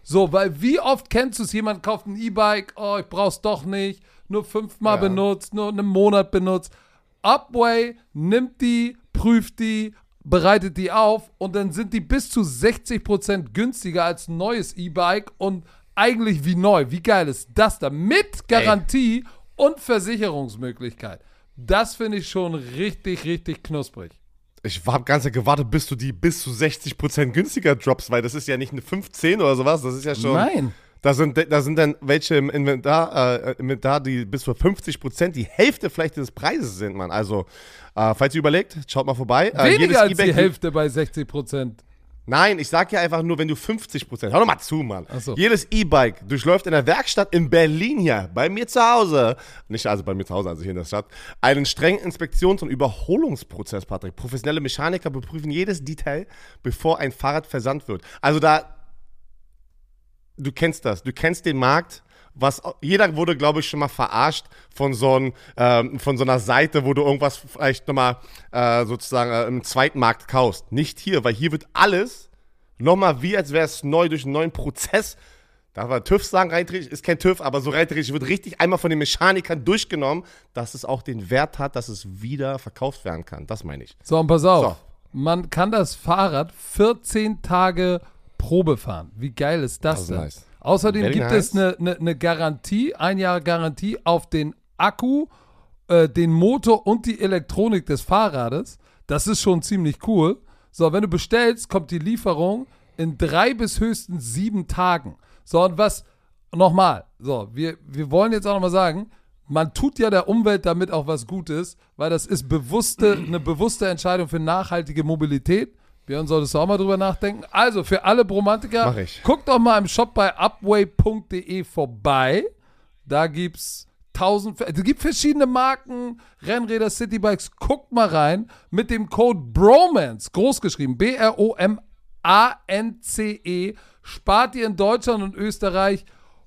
[SPEAKER 1] So, weil wie oft kennst du es, jemand kauft ein E-Bike, oh, ich brauch's doch nicht, nur 5-mal benutzt, nur einen Monat benutzt. Upway nimmt die, prüft die, bereitet die auf und dann sind die bis zu 60% günstiger als ein neues E-Bike und eigentlich wie neu. Wie geil ist das da? Mit Garantie und Versicherungsmöglichkeit. Das finde ich schon richtig, richtig knusprig.
[SPEAKER 2] Ich habe ganz gewartet, bis du die bis zu 60% günstiger droppst, weil das ist ja nicht eine 15 oder sowas, das ist ja schon...
[SPEAKER 1] Nein.
[SPEAKER 2] Da sind dann welche im Inventar, die bis zu 50%, die Hälfte vielleicht des Preises sind, Mann. Also, falls ihr überlegt, schaut mal vorbei.
[SPEAKER 1] Weniger als die Hälfte bei 60%.
[SPEAKER 2] Nein, ich sag ja einfach nur, wenn du 50%, hör doch mal zu, Mann.
[SPEAKER 1] Ach so.
[SPEAKER 2] Jedes E-Bike durchläuft in der Werkstatt in Berlin hier, bei mir zu Hause, nicht also bei mir zu Hause, also hier in der Stadt, einen strengen Inspektions- und Überholungsprozess, Patrick. Professionelle Mechaniker beprüfen jedes Detail, bevor ein Fahrrad versandt wird. Also du kennst das, du kennst den Markt. Jeder wurde, glaube ich, schon mal verarscht von so einer Seite, wo du irgendwas vielleicht nochmal sozusagen im Zweitmarkt kaufst. Nicht hier, weil hier wird alles nochmal wie, als wäre es neu durch einen neuen Prozess. Darf man TÜV sagen, rein theoretisch, ist kein TÜV, aber so rein theoretisch wird richtig einmal von den Mechanikern durchgenommen, dass es auch den Wert hat, dass es wieder verkauft werden kann. Das meine ich.
[SPEAKER 1] So, und pass auf. So. Man kann das Fahrrad 14 Tage Probe fahren. Wie geil ist das denn? Nice. Außerdem gibt es eine Garantie, 1 Jahr Garantie auf den Akku, den Motor und die Elektronik des Fahrrades. Das ist schon ziemlich cool. So, wenn du bestellst, kommt die Lieferung in 3 bis höchstens 7 Tagen. So, und nochmal, so, wir wollen jetzt auch nochmal sagen, man tut ja der Umwelt damit auch was Gutes, weil das ist eine bewusste Entscheidung für nachhaltige Mobilität. Björn, solltest du auch mal drüber nachdenken. Also, für alle Bromantiker, guckt doch mal im Shop bei upway.de vorbei. Da gibt's verschiedene Marken, Rennräder, Citybikes. Guckt mal rein. Mit dem Code BROMANCE, großgeschrieben, BROMANCE, spart ihr in Deutschland und Österreich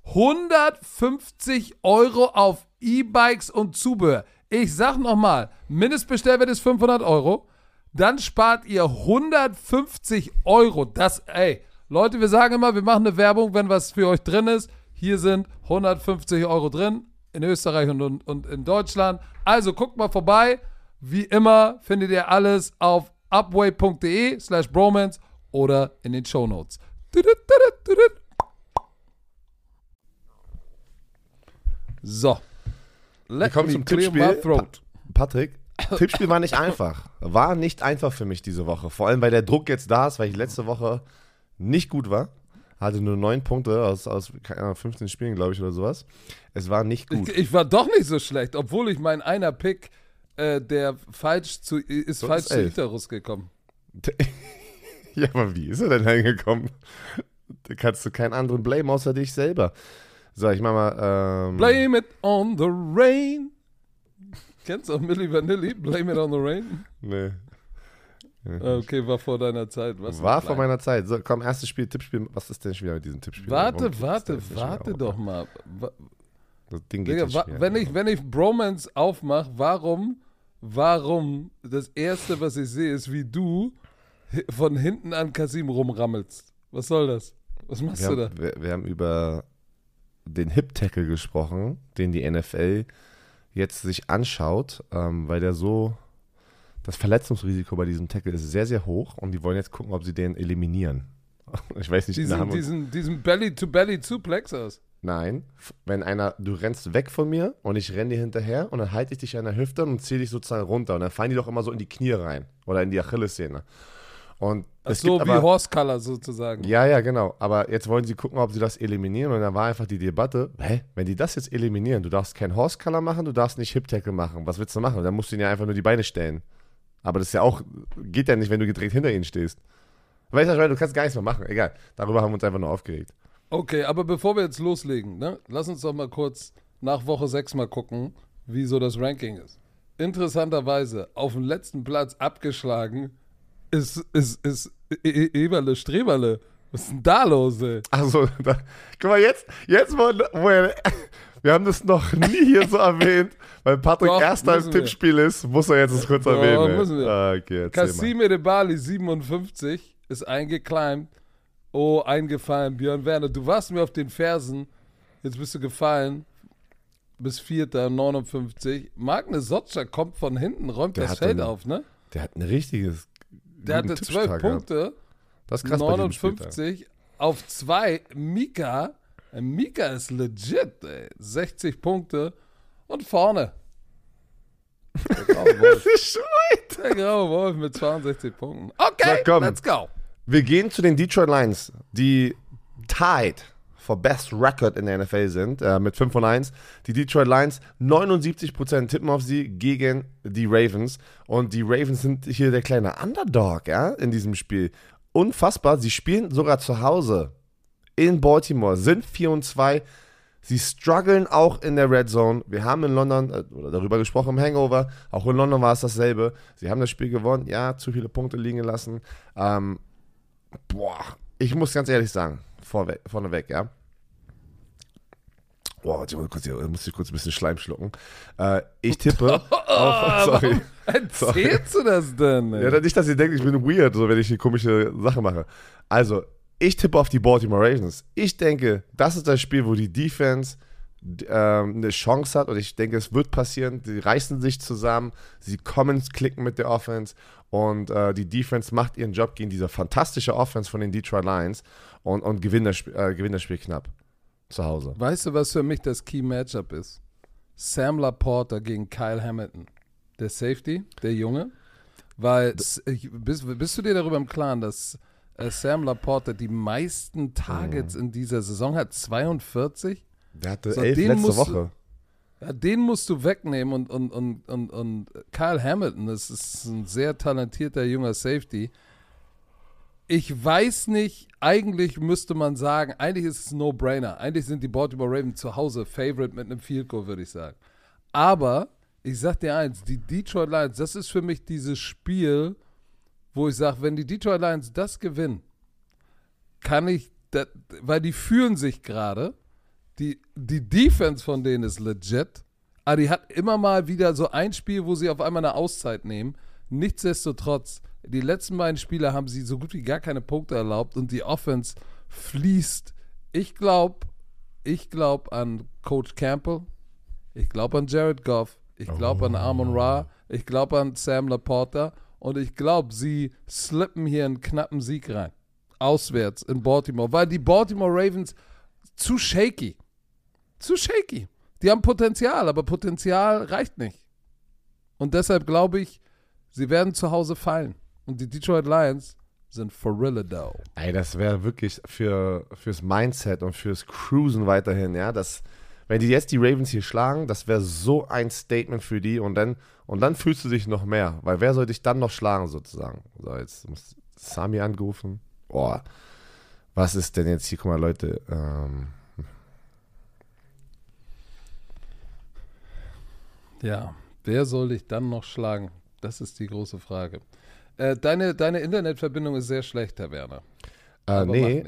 [SPEAKER 1] 150 € auf E-Bikes und Zubehör. Ich sag nochmal, Mindestbestellwert ist 500 €. Dann spart ihr 150 €. Leute, wir sagen immer, wir machen eine Werbung, wenn was für euch drin ist. Hier sind 150 € drin, in Österreich und in Deutschland. Also guckt mal vorbei. Wie immer findet ihr alles auf upway.de/bromance oder in den Shownotes. So.
[SPEAKER 2] Wir kommen zum Tippspiel. Patrick, Tippspiel war nicht einfach. War nicht einfach für mich diese Woche. Vor allem, weil der Druck jetzt da ist, weil ich letzte Woche nicht gut war. Hatte nur 9 Punkte aus 15 Spielen, glaube ich, oder sowas. Es war nicht gut.
[SPEAKER 1] Ich war doch nicht so schlecht, obwohl ich mein einer Pick, der falsch zu Icarus gekommen.
[SPEAKER 2] Ja, aber wie ist er denn hingekommen? Da kannst du keinen anderen blame außer dich selber. So, ich mach mal.
[SPEAKER 1] Blame it on the rain. Kennst du auch Milli Vanilli? Blame it on the rain?
[SPEAKER 2] Nee.
[SPEAKER 1] Okay, war vor deiner Zeit.
[SPEAKER 2] War vor meiner Zeit. So, komm, erstes Spiel, Tippspiel. Was ist denn schon wieder mit diesem Tippspiel?
[SPEAKER 1] Warte doch mal.
[SPEAKER 2] Das Ding geht
[SPEAKER 1] Digga, wenn ich Bromance aufmache, warum das Erste, was ich sehe, ist, wie du von hinten an Kasim rumrammelst? Was soll das? Was machst du da?
[SPEAKER 2] Wir haben über den Hip-Tackle gesprochen, den die NFL jetzt sich anschaut, weil das Verletzungsrisiko bei diesem Tackle ist sehr, sehr hoch und die wollen jetzt gucken, ob sie den eliminieren. Ich weiß nicht.
[SPEAKER 1] Diesen Belly-to-Belly-Suplex aus?
[SPEAKER 2] Nein, du rennst weg von mir und ich renne dir hinterher und dann halte ich dich an der Hüfte und ziehe dich sozusagen runter und dann fallen die doch immer so in die Knie rein oder in die Achillessehne. Und
[SPEAKER 1] so wie Horse Color sozusagen.
[SPEAKER 2] Ja, genau. Aber jetzt wollen sie gucken, ob sie das eliminieren. Und dann war einfach die Debatte, wenn die das jetzt eliminieren, du darfst kein Horse Color machen, du darfst nicht Hip Tackle machen. Was willst du machen? Dann musst du ihnen ja einfach nur die Beine stellen. Aber das ist ja auch, geht ja nicht, wenn du gedreht hinter ihnen stehst. Weißt du, du kannst gar nichts mehr machen. Egal. Darüber haben wir uns einfach nur aufgeregt.
[SPEAKER 1] Okay, aber bevor wir jetzt loslegen, ne, lass uns doch mal kurz nach Woche 6 mal gucken, wie so das Ranking ist. Interessanterweise auf dem letzten Platz abgeschlagen ist Eberle Streberle. Was ist denn da los, ey?
[SPEAKER 2] Also, guck mal, jetzt wir haben das noch nie hier so erwähnt, weil Patrick erster im Tippspiel ist, muss er jetzt das kurz erwähnen.
[SPEAKER 1] Müssen wir. Okay, Kasim Edebali 57 ist eingeclimbed Oh, eingefallen, Björn Werner. Du warst mir auf den Fersen. Jetzt bist du gefallen. Bis 4:59. Magne Sotscher kommt von hinten, räumt das Feld auf, ne?
[SPEAKER 2] Der hat ein richtiges.
[SPEAKER 1] Der hatte 12 Punkte.
[SPEAKER 2] Das ist krass
[SPEAKER 1] 59 auf 2. Mika. Mika ist legit, ey. 60 Punkte. Und vorne. Der graue Wolf. Der graue Wolf mit 62 Punkten. Okay, so, let's go.
[SPEAKER 2] Wir gehen zu den Detroit Lions, die tied for best record in der NFL sind, mit 5-1. Die Detroit Lions, 79% tippen auf sie gegen die Ravens. Und die Ravens sind hier der kleine Underdog, ja, in diesem Spiel. Unfassbar, sie spielen sogar zu Hause in Baltimore, sind 4-2. Sie strugglen auch in der Red Zone. Wir haben in London, oder darüber gesprochen im Hangover, auch in London war es dasselbe. Sie haben das Spiel gewonnen, ja, zu viele Punkte liegen gelassen. Ich muss ganz ehrlich sagen, vorneweg, ja. Boah, ich muss hier kurz ein bisschen Schleim schlucken. Ich tippe auf. Sorry.
[SPEAKER 1] Erzählst du das denn? Ey?
[SPEAKER 2] Ja, nicht, dass ihr denkt, ich bin weird, so wenn ich hier komische Sachen mache. Also, ich tippe auf die Baltimore Ravens. Ich denke, das ist das Spiel, wo die Defense eine Chance hat und ich denke, es wird passieren. Die reißen sich zusammen, sie kommen ins Klicken mit der Offense und die Defense macht ihren Job gegen diese fantastische Offense von den Detroit Lions und gewinnt das Spiel knapp zu Hause.
[SPEAKER 1] Weißt du, was für mich das Key-Matchup ist? Sam Laporta gegen Kyle Hamilton. Der Safety, der Junge. Weil, bist du dir darüber im Klaren, dass Sam Laporta die meisten Targets in dieser Saison hat? 42?
[SPEAKER 2] Der hatte 11 letzte Woche.
[SPEAKER 1] Ja, den musst du wegnehmen und Kyle Hamilton, das ist ein sehr talentierter junger Safety. Ich weiß nicht, eigentlich müsste man sagen, eigentlich ist es ein No-Brainer. Eigentlich sind die Baltimore Ravens zu Hause Favorite mit einem Field Goal, würde ich sagen. Aber ich sag dir eins, die Detroit Lions, das ist für mich dieses Spiel, wo ich sage, wenn die Detroit Lions das gewinnen, weil die fühlen sich gerade, die Defense von denen ist legit, aber die hat immer mal wieder so ein Spiel, wo sie auf einmal eine Auszeit nehmen. Nichtsdestotrotz, die letzten beiden Spiele haben sie so gut wie gar keine Punkte erlaubt und die Offense fließt. Ich glaube an Coach Campbell, ich glaube an Jared Goff, ich glaube an Amon Ra, ich glaube an Sam Laporta und ich glaube, sie slippen hier einen knappen Sieg rein. Auswärts in Baltimore, weil die Baltimore Ravens zu shaky. Die haben Potenzial, aber Potenzial reicht nicht. Und deshalb glaube ich, sie werden zu Hause fallen. Und die Detroit Lions sind for real though.
[SPEAKER 2] Ey, das wäre wirklich fürs Mindset und fürs Cruisen weiterhin, ja, wenn die jetzt die Ravens hier schlagen, das wäre so ein Statement für die und dann fühlst du dich noch mehr, weil wer soll dich dann noch schlagen sozusagen? So, jetzt muss Sami angerufen. Boah, was ist denn jetzt hier? Guck mal, Leute,
[SPEAKER 1] Ja, wer soll dich dann noch schlagen? Das ist die große Frage. Deine Internetverbindung ist sehr schlecht, Herr Werner.
[SPEAKER 2] Nee,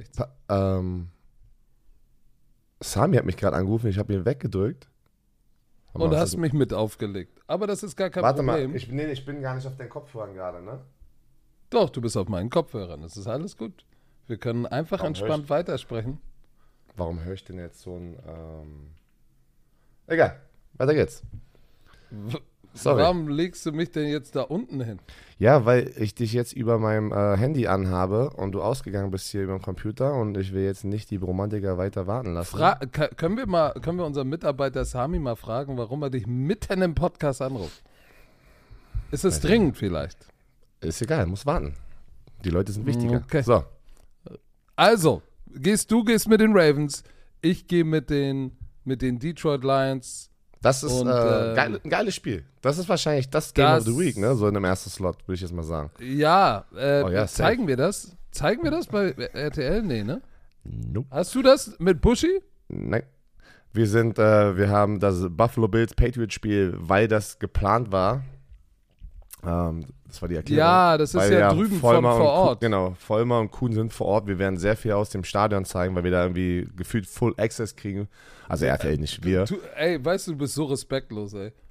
[SPEAKER 2] Sami hat mich gerade angerufen, ich habe ihn weggedrückt.
[SPEAKER 1] Und hast mich mit aufgelegt. Aber das ist gar kein Problem.
[SPEAKER 2] Warte mal, ich bin gar nicht auf deinen Kopfhörern gerade, ne?
[SPEAKER 1] Doch, du bist auf meinen Kopfhörern. Das ist alles gut. Wir können einfach entspannt weitersprechen.
[SPEAKER 2] Warum höre ich denn jetzt so ein... Egal, weiter geht's. Sorry.
[SPEAKER 1] Warum legst du mich denn jetzt da unten hin?
[SPEAKER 2] Ja, weil ich dich jetzt über meinem Handy anhabe und du ausgegangen bist hier über dem Computer und ich will jetzt nicht die Romantiker weiter warten lassen.
[SPEAKER 1] Können wir unseren Mitarbeiter Sami mal fragen, warum er dich mitten im Podcast anruft? Ist es dringend vielleicht?
[SPEAKER 2] Ist egal, muss warten. Die Leute sind wichtiger.
[SPEAKER 1] Okay.
[SPEAKER 2] So.
[SPEAKER 1] Also, gehst mit den Ravens, ich gehe mit den Detroit Lions.
[SPEAKER 2] Das ist ein geiles Spiel. Das ist wahrscheinlich das Game of the Week, ne? So in dem ersten Slot, würde ich jetzt mal sagen.
[SPEAKER 1] Ja, zeigen wir das? Zeigen wir das bei RTL? Nee, ne?
[SPEAKER 2] Nope.
[SPEAKER 1] Hast du das mit Buschi?
[SPEAKER 2] Nein. Wir haben das Buffalo Bills Patriots Spiel, weil das geplant war. Das war die Erklärung.
[SPEAKER 1] Ja, das ist ja drüben vor Ort.
[SPEAKER 2] Genau, Vollmer und Kuhn sind vor Ort. Wir werden sehr viel aus dem Stadion zeigen, weil wir da irgendwie gefühlt Full Access kriegen. Also RTL nicht, wir.
[SPEAKER 1] Weißt du, du bist so respektlos, ey.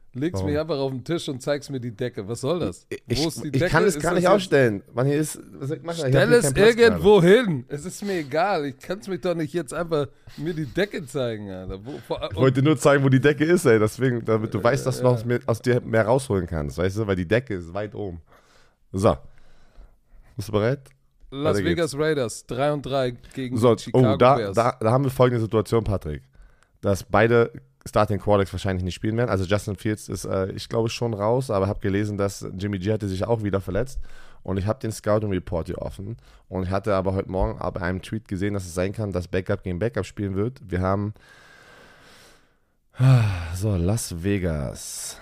[SPEAKER 1] legst mich einfach auf den Tisch und zeigst mir die Decke. Was soll das?
[SPEAKER 2] Ich,
[SPEAKER 1] Wo ist die Decke?
[SPEAKER 2] ich kann es gar nicht aufstellen. Mann, hier ist,
[SPEAKER 1] Stell es irgendwo hin. Es ist mir egal. Ich kann es mich doch nicht jetzt einfach mir die Decke zeigen, Alter.
[SPEAKER 2] Ich wollte nur zeigen, wo die Decke ist, ey. Deswegen, damit du weißt, dass du noch aus dir mehr rausholen kannst, weißt du? Weil die Decke ist weit oben. So. Bist du bereit?
[SPEAKER 1] Las Vegas Raiders 3-3 gegen
[SPEAKER 2] so,
[SPEAKER 1] Chicago Bears.
[SPEAKER 2] Da haben wir folgende Situation, Patrick. Dass beide Starting Quarterbacks wahrscheinlich nicht spielen werden. Also Justin Fields ist, ich glaube, schon raus, aber habe gelesen, dass Jimmy G hatte sich auch wieder verletzt. Und ich habe den Scouting Report hier offen. Und ich hatte aber heute Morgen bei einem Tweet gesehen, dass es sein kann, dass Backup gegen Backup spielen wird. Wir haben so Las Vegas.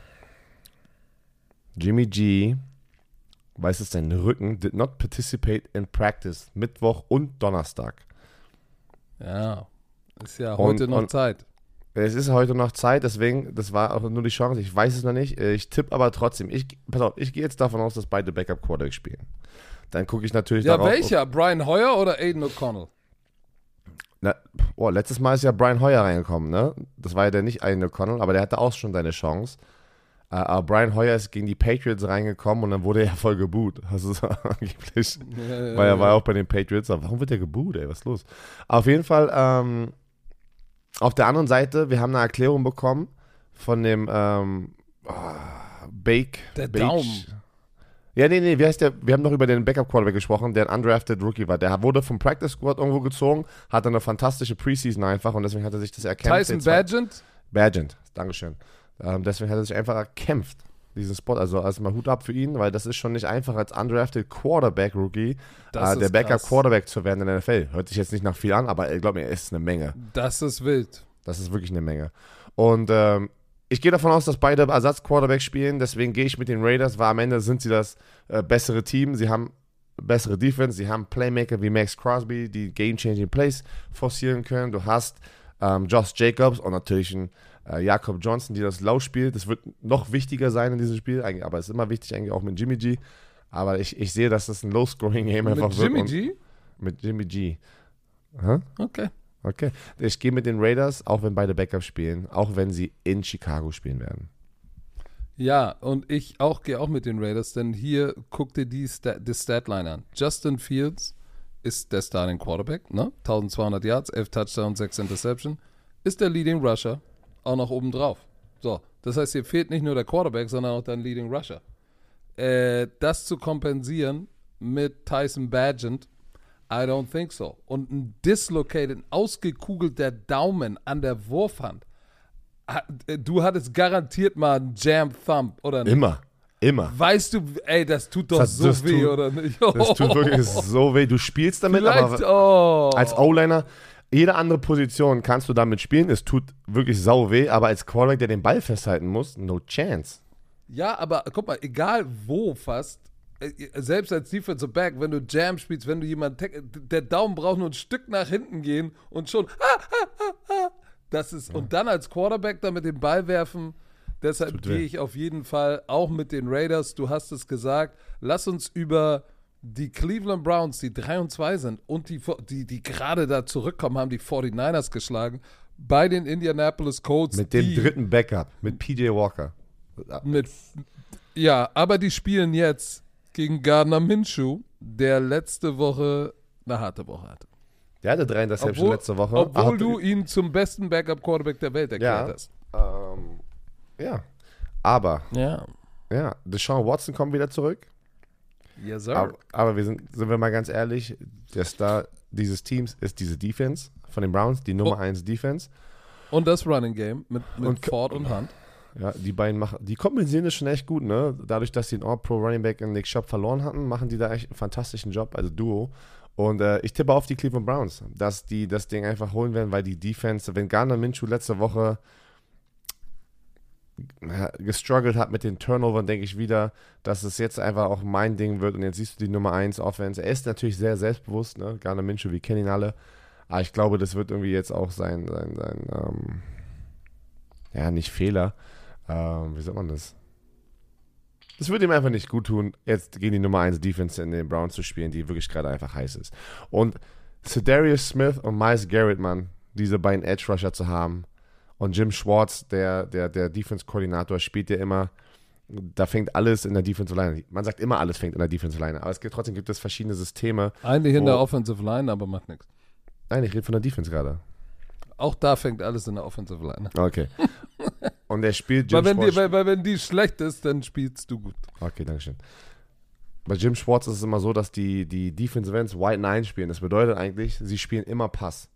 [SPEAKER 2] Jimmy G, weiß es, sein Rücken, did not participate in practice. Mittwoch und Donnerstag.
[SPEAKER 1] Ja, ist ja heute noch Zeit.
[SPEAKER 2] Es ist heute noch Zeit, deswegen, das war auch nur die Chance, ich weiß es noch nicht. Ich tippe aber trotzdem, pass auf, ich gehe jetzt davon aus, dass beide Backup-Quarterbacks spielen. Dann gucke ich natürlich darauf.
[SPEAKER 1] Ja, welcher? Brian Hoyer oder Aiden O'Connell?
[SPEAKER 2] Letztes Mal ist ja Brian Hoyer reingekommen, ne? Das war ja nicht Aiden O'Connell, aber der hatte auch schon seine Chance. Aber Brian Hoyer ist gegen die Patriots reingekommen und dann wurde er voll geboot. Also angeblich. Weil er war auch bei den Patriots. Aber warum wird er geboot, ey? Was ist los? Auf jeden Fall, auf der anderen Seite, wir haben eine Erklärung bekommen von dem
[SPEAKER 1] Daumen.
[SPEAKER 2] Ja, nee, wie heißt der? Wir haben noch über den Backup-Quarterback gesprochen, der ein undrafted Rookie war. Der wurde vom Practice Squad irgendwo gezogen, hatte eine fantastische Preseason einfach und deswegen hat er sich das erkämpft.
[SPEAKER 1] Tyson Bagent?
[SPEAKER 2] Bagent, dankeschön. Deswegen hat er sich einfach erkämpft, diesen Spot. Also erstmal Hut ab für ihn, weil das ist schon nicht einfach als undrafted Quarterback-Rookie der Backup-Quarterback zu werden in der NFL. Hört sich jetzt nicht nach viel an, aber glaub mir, es ist eine Menge.
[SPEAKER 1] Das ist wild.
[SPEAKER 2] Das ist wirklich eine Menge. Und ich gehe davon aus, dass beide Ersatz-Quarterbacks spielen, deswegen gehe ich mit den Raiders, weil am Ende sind sie das bessere Team. Sie haben bessere Defense, sie haben Playmaker wie Max Crosby, die Game-Changing Plays forcieren können. Du hast Josh Jacobs und natürlich einen Jakob Johnson, die das Low spielt. Das wird noch wichtiger sein in diesem Spiel, aber es ist immer wichtig eigentlich auch mit Jimmy G. Aber ich sehe, dass das ein Low-Scoring-Game einfach wird.
[SPEAKER 1] Mit Jimmy G?
[SPEAKER 2] Mit Jimmy G. Huh? Okay. Ich gehe mit den Raiders, auch wenn beide Backups spielen, auch wenn sie in Chicago spielen werden.
[SPEAKER 1] Ja, und ich gehe auch mit den Raiders, denn hier guck dir die Statline an. Justin Fields ist der Starting Quarterback, ne? 1200 Yards, 11 Touchdowns, 6 Interception, ist der Leading Rusher, auch noch oben drauf. So, das heißt, hier fehlt nicht nur der Quarterback, sondern auch dein Leading Rusher. Das zu kompensieren mit Tyson Bagent, I don't think so. Und ein dislocated, ausgekugelter Daumen an der Wurfhand. Du hattest garantiert mal einen Jam-Thumb, oder nicht?
[SPEAKER 2] Immer.
[SPEAKER 1] Weißt du, ey, das tut doch das weh, oder nicht?
[SPEAKER 2] Das tut wirklich so weh. Du spielst damit, aber als O-Liner, jede andere Position kannst du damit spielen. Es tut wirklich sau weh, aber als Quarterback, der den Ball festhalten muss, no chance.
[SPEAKER 1] Ja, aber guck mal, egal wo fast, selbst als Defensive Back, wenn du Jam spielst, wenn du jemanden, der Daumen braucht nur ein Stück nach hinten gehen und schon, das ist, und dann als Quarterback da mit dem Ball werfen, deshalb gehe ich auf jeden Fall auch mit den Raiders, du hast es gesagt, lass uns über die Cleveland Browns, die 3-2 sind und die gerade da zurückkommen, haben die 49ers geschlagen, bei den Indianapolis Colts.
[SPEAKER 2] Mit dem dritten Backup, mit PJ Walker.
[SPEAKER 1] Ja, aber die spielen jetzt gegen Gardner Minshew, der letzte Woche eine harte Woche hatte.
[SPEAKER 2] Der hatte 3 Interceptions letzte Woche.
[SPEAKER 1] Obwohl du ihn zum besten Backup-Quarterback der Welt erklärt hast.
[SPEAKER 2] Aber
[SPEAKER 1] ja,
[SPEAKER 2] Deshaun Watson kommt wieder zurück.
[SPEAKER 1] Yes, sir.
[SPEAKER 2] Aber sind wir mal ganz ehrlich, der Star dieses Teams ist diese Defense von den Browns, die Nummer 1 Defense.
[SPEAKER 1] Und das Running Game mit Ford und Hunt.
[SPEAKER 2] Ja, die beiden die kompensieren das schon echt gut, ne? Dadurch, dass sie den All-Pro Running Back in Nick Chubb verloren hatten, machen die da echt einen fantastischen Job, also Duo. Und ich tippe auf die Cleveland Browns, dass die das Ding einfach holen werden, weil die Defense, wenn Gardner Minshew letzte Woche gestruggelt hat mit den Turnovern, denke ich wieder, dass es jetzt einfach auch mein Ding wird und jetzt siehst du die Nummer 1 Offense. Er ist natürlich sehr selbstbewusst, ne? Gardner Minshew, wir kennen ihn alle, aber ich glaube, das wird irgendwie jetzt auch sein nicht Fehler, wie sagt man das? Das würde ihm einfach nicht gut tun, jetzt gegen die Nummer 1 Defense in den Browns zu spielen, die wirklich gerade einfach heiß ist. Und Za'Darius Smith und Myles Garrett, Mann, diese beiden Edge Rusher zu haben Und Jim Schwartz, der Defense-Koordinator, spielt ja immer, da fängt alles in der Defensive Line. Man sagt immer, alles fängt in der Defensive Line. Aber trotzdem gibt es verschiedene Systeme.
[SPEAKER 1] Eigentlich in der Offensive Line, aber macht nichts.
[SPEAKER 2] Nein, ich rede von der Defense gerade.
[SPEAKER 1] Auch da fängt alles in der Offensive Line.
[SPEAKER 2] Okay. Und er spielt Jim
[SPEAKER 1] Schwartz. Weil wenn die schlecht ist, dann spielst du gut.
[SPEAKER 2] Okay, danke schön. Bei Jim Schwartz ist es immer so, dass die Defensive Ends Wide 9 spielen. Das bedeutet eigentlich, sie spielen immer Pass.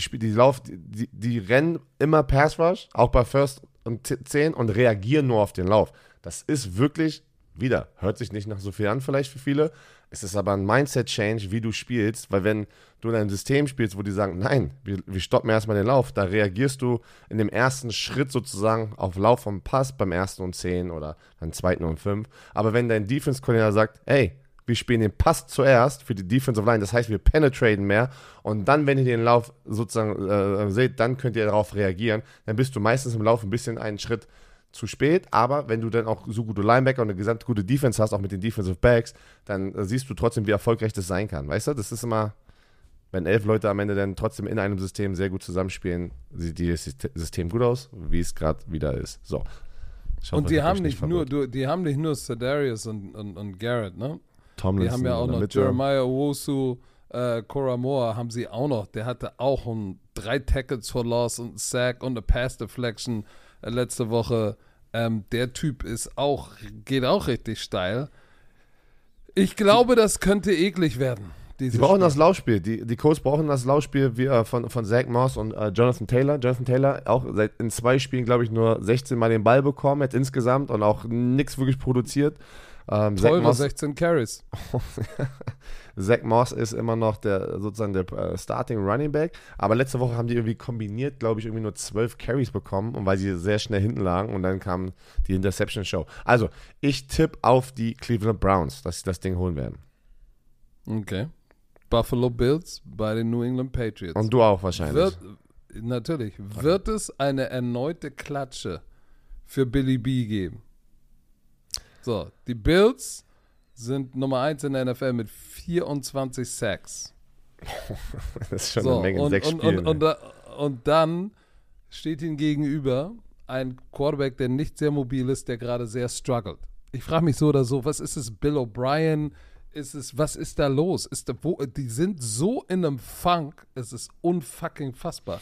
[SPEAKER 2] Die rennen immer Pass Rush, auch bei First und 10 und reagieren nur auf den Lauf. Das ist wirklich, hört sich nicht nach so viel an vielleicht für viele. Es ist aber ein Mindset-Change, wie du spielst, weil wenn du in einem System spielst, wo die sagen, nein, wir stoppen erstmal den Lauf, da reagierst du in dem ersten Schritt sozusagen auf Lauf vom Pass beim 1. und 10 oder beim 2. und 5. Aber wenn dein Defense-Koordinator sagt, ey, wir spielen den Pass zuerst für die Defensive Line, das heißt, wir penetraten mehr und dann, wenn ihr den Lauf sozusagen seht, dann könnt ihr darauf reagieren, dann bist du meistens im Lauf ein bisschen einen Schritt zu spät, aber wenn du dann auch so gute Linebacker und eine gesamt gute Defense hast, auch mit den Defensive Backs, dann siehst du trotzdem, wie erfolgreich das sein kann. Weißt du, das ist immer, wenn 11 Leute am Ende dann trotzdem in einem System sehr gut zusammenspielen, sieht das System gut aus, wie es gerade wieder ist. So.
[SPEAKER 1] Und die haben nicht nur Sedarius und Garrett, ne?
[SPEAKER 2] Tomlinson,
[SPEAKER 1] die haben ja auch noch Jeremiah Owusu, Cora Moore haben sie auch noch. Der hatte auch 3 Tackles for Loss und Sack und eine Pass Deflection letzte Woche. Der Typ geht auch richtig steil. Ich glaube, das könnte eklig werden.
[SPEAKER 2] Die brauchen das Laufspiel. Die Colts brauchen das Laufspiel von Zach Moss und Jonathan Taylor. Jonathan Taylor auch in 2 Spielen, glaube ich, nur 16 Mal den Ball bekommen, jetzt insgesamt und auch nichts wirklich produziert.
[SPEAKER 1] Teure 16 Carries.
[SPEAKER 2] Zach Moss ist immer noch der Starting Running Back, aber letzte Woche haben die irgendwie kombiniert, glaube ich, irgendwie nur 12 Carries bekommen, und weil sie sehr schnell hinten lagen und dann kam die Interception Show. Also, ich tippe auf die Cleveland Browns, dass sie das Ding holen werden.
[SPEAKER 1] Okay. Buffalo Bills bei den New England Patriots.
[SPEAKER 2] Und du auch wahrscheinlich.
[SPEAKER 1] Natürlich. Wird es eine erneute Klatsche für Billy B geben? So, die Bills sind Nummer 1 in der NFL mit 24 Sacks.
[SPEAKER 2] Das ist schon eine Menge in 6 Spielen.
[SPEAKER 1] Und dann steht ihnen gegenüber ein Quarterback, der nicht sehr mobil ist, der gerade sehr struggelt. Ich frage mich so oder so, was ist es, Bill O'Brien? Was ist da los? Die sind so in einem Funk, es ist unfucking fassbar.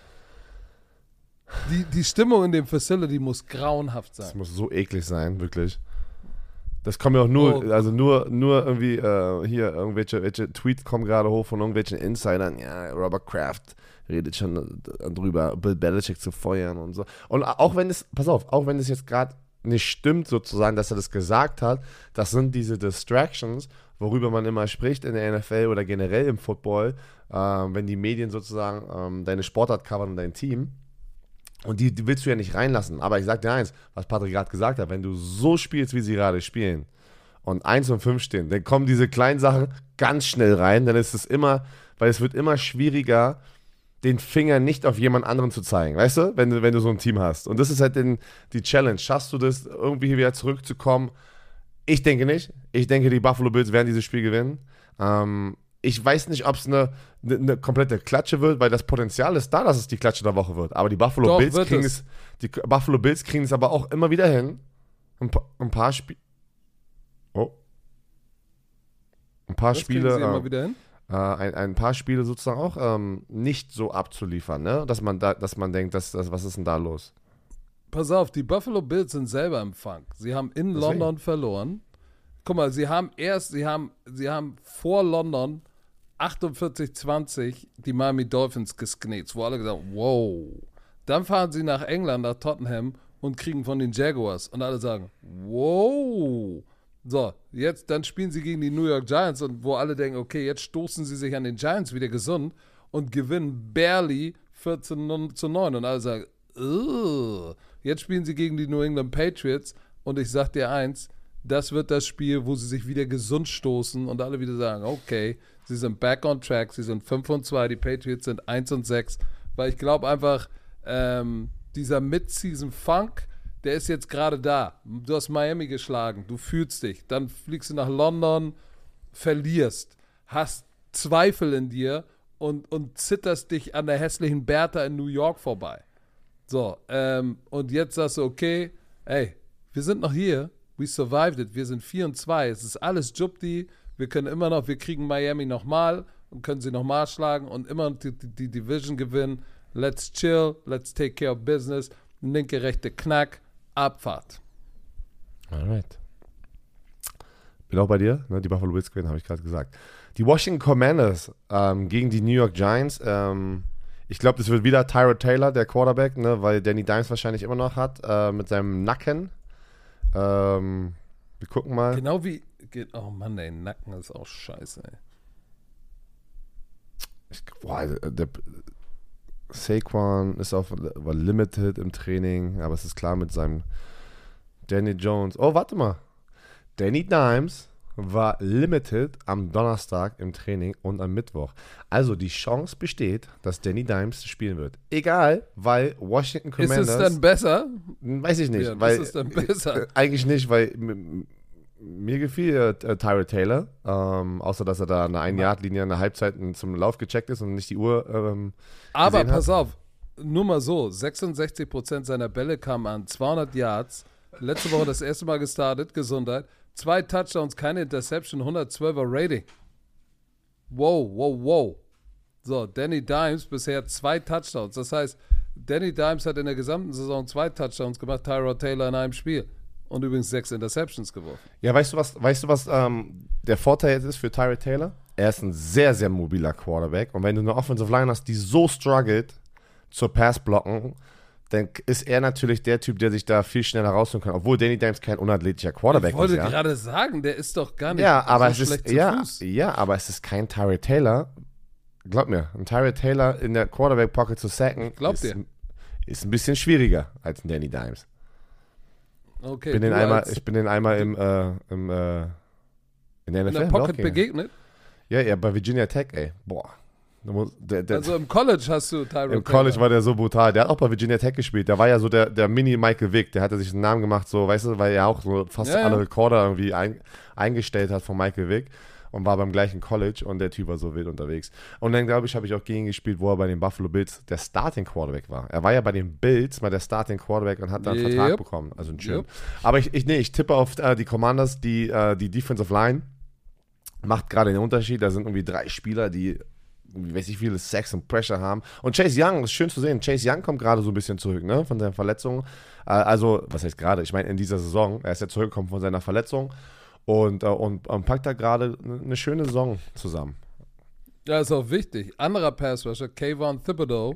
[SPEAKER 1] Die Stimmung in dem Facility muss grauenhaft sein.
[SPEAKER 2] Das muss so eklig sein, wirklich. Das kommen ja auch nur irgendwie hier welche Tweets kommen gerade hoch von irgendwelchen Insidern. Ja, Robert Kraft redet schon drüber, Bill Belichick zu feuern und so. Und auch wenn es jetzt gerade nicht stimmt sozusagen, dass er das gesagt hat, das sind diese Distractions, worüber man immer spricht in der NFL oder generell im Football, wenn die Medien sozusagen deine Sportart covern und dein Team. Und die willst du ja nicht reinlassen. Aber ich sag dir eins, was Patrick gerade gesagt hat, wenn du so spielst, wie sie gerade spielen und 1 und 5 stehen, dann kommen diese kleinen Sachen ganz schnell rein, dann ist es immer, weil es wird immer schwieriger, den Finger nicht auf jemand anderen zu zeigen, weißt du, wenn du so ein Team hast. Und das ist halt die Challenge. Schaffst du das, irgendwie wieder zurückzukommen? Ich denke nicht. Ich denke, die Buffalo Bills werden dieses Spiel gewinnen. Ich weiß nicht, ob es eine komplette Klatsche wird, weil das Potenzial ist da, dass es die Klatsche der Woche wird. Aber die Buffalo Bills kriegen es aber auch immer wieder hin. Ein paar Spiele. Ein paar Spiele.
[SPEAKER 1] Immer wieder hin?
[SPEAKER 2] Ein paar Spiele sozusagen auch nicht so abzuliefern, ne? Dass man denkt, was ist denn da los?
[SPEAKER 1] Pass auf, die Buffalo Bills sind selber im Funk. Sie haben in London verloren. Guck mal, sie haben vor London 48-20 die Miami Dolphins gesknetzt, wo alle gesagt haben, wow. Dann fahren sie nach England, nach Tottenham und kriegen von den Jaguars und alle sagen, wow. So, dann spielen sie gegen die New York Giants und wo alle denken, okay, jetzt stoßen sie sich an den Giants wieder gesund und gewinnen barely 14-9 und alle sagen, ugh. Jetzt spielen sie gegen die New England Patriots und ich sag dir eins, das wird das Spiel, wo sie sich wieder gesund stoßen und alle wieder sagen, okay, sie sind back on track, sie sind 5-2, die Patriots sind 1-6, weil ich glaube einfach, dieser Mid-Season-Funk, der ist jetzt gerade da. Du hast Miami geschlagen, du fühlst dich, dann fliegst du nach London, verlierst, hast Zweifel in dir und zitterst dich an der hässlichen Bertha in New York vorbei. So, und jetzt sagst du, okay, ey, wir sind noch hier, we survived it, wir sind 4-2, es ist alles Jupti, wir kriegen Miami nochmal und können sie nochmal schlagen und immer die Division gewinnen. Let's chill, let's take care of business, linke, rechte Knack, Abfahrt.
[SPEAKER 2] Alright. Bin auch bei dir, ne? Die Buffalo Bills gewinnen, habe ich gerade gesagt. Die Washington Commanders gegen die New York Giants. Ich glaube, das wird wieder Tyrod Taylor, der Quarterback, ne? Weil Danny Dimes wahrscheinlich immer noch hat mit seinem Nacken. Wir gucken mal.
[SPEAKER 1] Genau wie, oh Mann, ey, Nacken ist auch scheiße, ey.
[SPEAKER 2] Der Saquon war limited im Training, aber es ist klar mit seinem Danny Jones. Oh, warte mal. Danny Dimes war limited am Donnerstag im Training und am Mittwoch. Also die Chance besteht, dass Danny Dimes spielen wird. Egal, weil Washington Commanders...
[SPEAKER 1] Ist es dann besser?
[SPEAKER 2] Weiß ich nicht.
[SPEAKER 1] Ja,
[SPEAKER 2] weil,
[SPEAKER 1] ist es dann besser?
[SPEAKER 2] Eigentlich nicht, weil mir gefiel Tyrod Taylor, außer dass er da an der 1-Yard-Linie in der Halbzeit zum Lauf gecheckt ist und nicht die Uhr
[SPEAKER 1] aber pass auf, nur mal so, 66% seiner Bälle kamen an, 200 Yards, letzte Woche das erste Mal gestartet, Gesundheit, 2 Touchdowns, keine Interception, 112er Rating. Wow. So, Danny Dimes bisher 2 Touchdowns. Das heißt, Danny Dimes hat in der gesamten Saison 2 Touchdowns gemacht, Tyrod Taylor in einem Spiel. Und übrigens 6 Interceptions geworfen.
[SPEAKER 2] Ja, weißt du was der Vorteil jetzt ist für Tyrod Taylor? Er ist ein sehr, sehr mobiler Quarterback. Und wenn du eine Offensive Line hast, die so struggelt zur Pass-Blocken, dann ist er natürlich der Typ, der sich da viel schneller rausholen kann. Obwohl Danny Dimes kein unathletischer Quarterback ist.
[SPEAKER 1] Ich wollte gerade sagen, der ist doch gar nicht
[SPEAKER 2] aber
[SPEAKER 1] so schlecht
[SPEAKER 2] zu
[SPEAKER 1] Fuß.
[SPEAKER 2] Ja, aber es ist kein Tyrod Taylor. Glaub mir, ein Tyrod Taylor in der Quarterback-Pocket zu sacken ist ein bisschen schwieriger als ein Danny Dimes.
[SPEAKER 1] Okay,
[SPEAKER 2] ich bin den einmal in der NFL
[SPEAKER 1] in der Pocket begegnet?
[SPEAKER 2] Ja, bei Virginia Tech, ey. Boah.
[SPEAKER 1] Also im College hast du Tyrod
[SPEAKER 2] Im College war der so brutal. Der hat auch bei Virginia Tech gespielt. Der war ja so der Mini-Michael Vick. Der hatte sich einen Namen gemacht, so, weißt du, weil er auch so fast alle Rekorder irgendwie eingestellt hat von Michael Vick und war beim gleichen College und der Typ war so wild unterwegs. Und dann, glaube ich, habe ich auch gegen gespielt, wo er bei den Buffalo Bills der Starting Quarterback war. Er war ja bei den Bills mal der Starting Quarterback und hat dann einen Vertrag bekommen. Also ein schön. Aber ich tippe auf die Commanders, die Defensive Line macht gerade den Unterschied. Da sind irgendwie 3 Spieler, die weiß ich, viele Sex und Pressure haben. Und Chase Young, ist schön zu sehen. Chase Young kommt gerade so ein bisschen zurück, ne, von seiner Verletzung. Also, was heißt gerade? Ich meine, in dieser Saison. Er ist ja zurückgekommen von seiner Verletzung und packt da gerade eine schöne Saison zusammen.
[SPEAKER 1] Ja, ist auch wichtig. Anderer Pass-Rusher, Kayvon Thibodeau,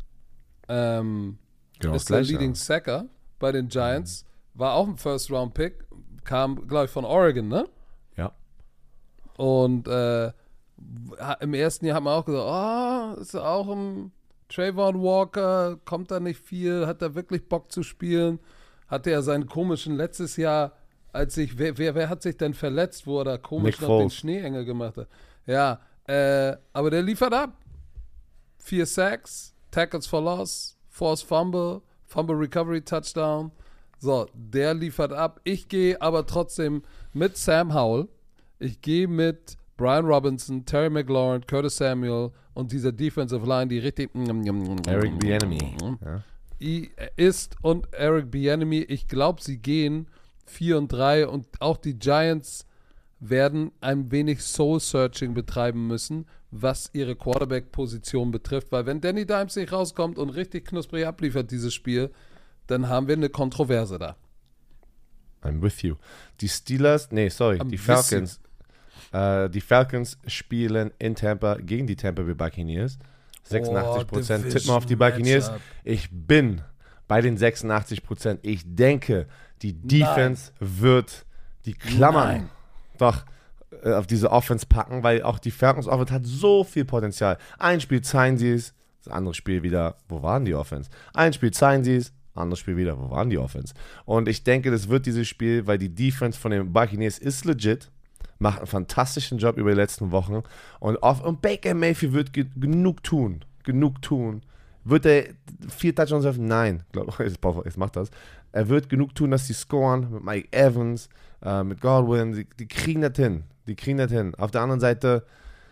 [SPEAKER 1] ist der Leading Sacker bei den Giants. War auch ein First-Round-Pick. Kam, glaube ich, von Oregon, ne?
[SPEAKER 2] Ja.
[SPEAKER 1] Und im ersten Jahr hat man auch gesagt, ist auch ein Trayvon Walker, kommt da nicht viel, hat da wirklich Bock zu spielen, hatte er seinen komischen letztes Jahr, wer hat sich denn verletzt, wo er da komisch noch den Schneeengel gemacht hat. Ja, aber der liefert ab. 4 Sacks, Tackles for Loss, Forced Fumble Recovery Touchdown. So, der liefert ab. Ich gehe aber trotzdem mit Sam Howell. Ich gehe mit Brian Robinson, Terry McLaurin, Curtis Samuel und dieser Defensive Line, die richtig
[SPEAKER 2] Eric Bieniemy
[SPEAKER 1] ist und Eric Bieniemy. Ich glaube, sie gehen 4-3 und auch die Giants werden ein wenig Soul-Searching betreiben müssen, was ihre Quarterback-Position betrifft, weil wenn Danny Dimes nicht rauskommt und richtig knusprig abliefert dieses Spiel, dann haben wir eine Kontroverse da.
[SPEAKER 2] I'm with you. Die Falcons. Die Falcons spielen in Tampa gegen die Tampa Bay Buccaneers. 86% tippen auf die Buccaneers. Matchup. Ich bin bei den 86%. Ich denke, die Defense wird die Klammern doch auf diese Offense packen, weil auch die Falcons Offense hat so viel Potenzial. Ein Spiel zeigen sie es, das andere Spiel wieder, wo waren die Offense? Ein Spiel zeigen sie es, anderes Spiel wieder, wo waren die Offense? Und ich denke, das wird dieses Spiel, weil die Defense von den Buccaneers ist legit, macht einen fantastischen Job über die letzten Wochen und Baker Mayfield wird genug tun. Wird er 4 Touchdowns werfen? Nein. Jetzt macht das. Er wird genug tun, dass sie scoren mit Mike Evans, mit Godwin. Die kriegen das hin. Auf der anderen Seite,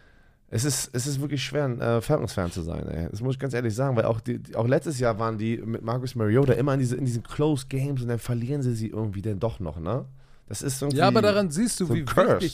[SPEAKER 2] Es ist wirklich schwer, Falcons-Fan zu sein, ey. Das muss ich ganz ehrlich sagen, weil auch letztes Jahr waren die mit Marcus Mariota immer in diesen Close Games und dann verlieren sie irgendwie dann doch noch, ne? Das ist irgendwie
[SPEAKER 1] Ja, aber daran siehst du,
[SPEAKER 2] so
[SPEAKER 1] wie wichtig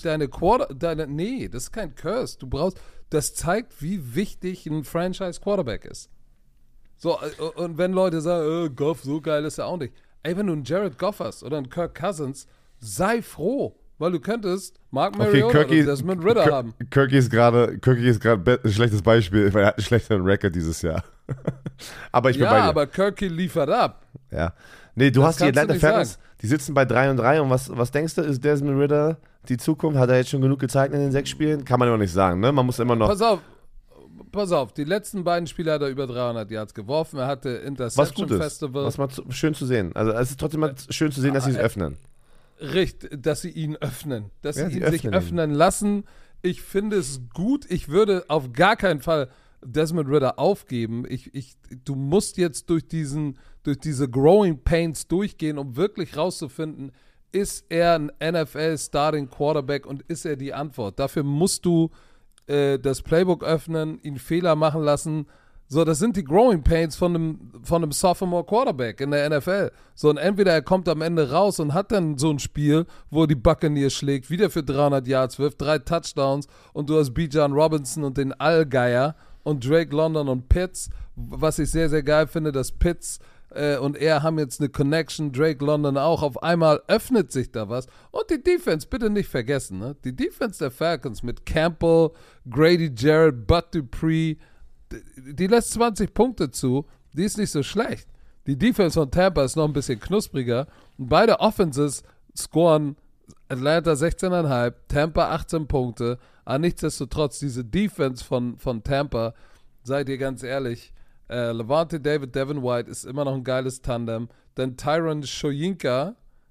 [SPEAKER 1] nee, das ist kein Curse. Das zeigt, wie wichtig ein Franchise-Quarterback ist. So, und wenn Leute sagen, Goff, so geil ist er auch nicht. Ey, wenn du einen Jared Goff hast oder einen Kirk Cousins, sei froh, weil du könntest Mark Mariota oder Desmond Ridder haben.
[SPEAKER 2] Kirky ist gerade ein schlechtes Beispiel, weil er hat einen schlechteren Rekord dieses Jahr. Aber ich bin bei dir.
[SPEAKER 1] Ja, aber Kirky liefert ab.
[SPEAKER 2] Ja. Nee, du hast die
[SPEAKER 1] kannst du
[SPEAKER 2] Atlanta
[SPEAKER 1] nicht
[SPEAKER 2] Falcons,
[SPEAKER 1] sagen.
[SPEAKER 2] die sitzen bei 3-3 und was denkst du, ist Desmond Ridder die Zukunft? Hat er jetzt schon genug gezeigt in den 6 Spielen? Kann man immer nicht sagen, ne? Man muss immer noch...
[SPEAKER 1] Pass auf, die letzten beiden Spiele hat er über 300 Yards geworfen. Er hatte
[SPEAKER 2] Was
[SPEAKER 1] Interception
[SPEAKER 2] gut ist,
[SPEAKER 1] Festival.
[SPEAKER 2] was mal schön zu sehen. Also es ist trotzdem mal schön zu sehen, dass sie es öffnen.
[SPEAKER 1] Richtig, dass sie ihn öffnen. Dass
[SPEAKER 2] Ja,
[SPEAKER 1] sie
[SPEAKER 2] sie
[SPEAKER 1] ihn sich
[SPEAKER 2] öffnen ihn.
[SPEAKER 1] öffnen lassen. Ich finde es gut. Ich würde auf gar keinen Fall Desmond Ridder aufgeben. Du musst jetzt durch diese Growing Pains durchgehen, um wirklich rauszufinden, ist er ein NFL Starting Quarterback und ist er die Antwort? Dafür musst du das Playbook öffnen, ihn Fehler machen lassen. So, das sind die Growing Pains von einem Sophomore Quarterback in der NFL. So, und entweder er kommt am Ende raus und hat dann so ein Spiel, wo er die Buccaneers schlägt, wieder für 300 Yards wirft, 3 Touchdowns und du hast Bijan Robinson und den Allgeier und Drake London und Pitts, was ich sehr, sehr geil finde, dass Pitts und er haben jetzt eine Connection, Drake London auch. Auf einmal öffnet sich da was. Und die Defense, bitte nicht vergessen, ne? Die Defense der Falcons mit Campbell, Grady Jarrett, Bud Dupree, die lässt 20 Punkte zu. Die ist nicht so schlecht. Die Defense von Tampa ist noch ein bisschen knuspriger. Und beide Offenses scoren Atlanta 16,5, Tampa 18 Punkte. Aber nichtsdestotrotz, diese Defense von Tampa, seid ihr ganz ehrlich, Levante David, Devin White ist immer noch ein geiles Tandem. Dann Tyron Shoyinka,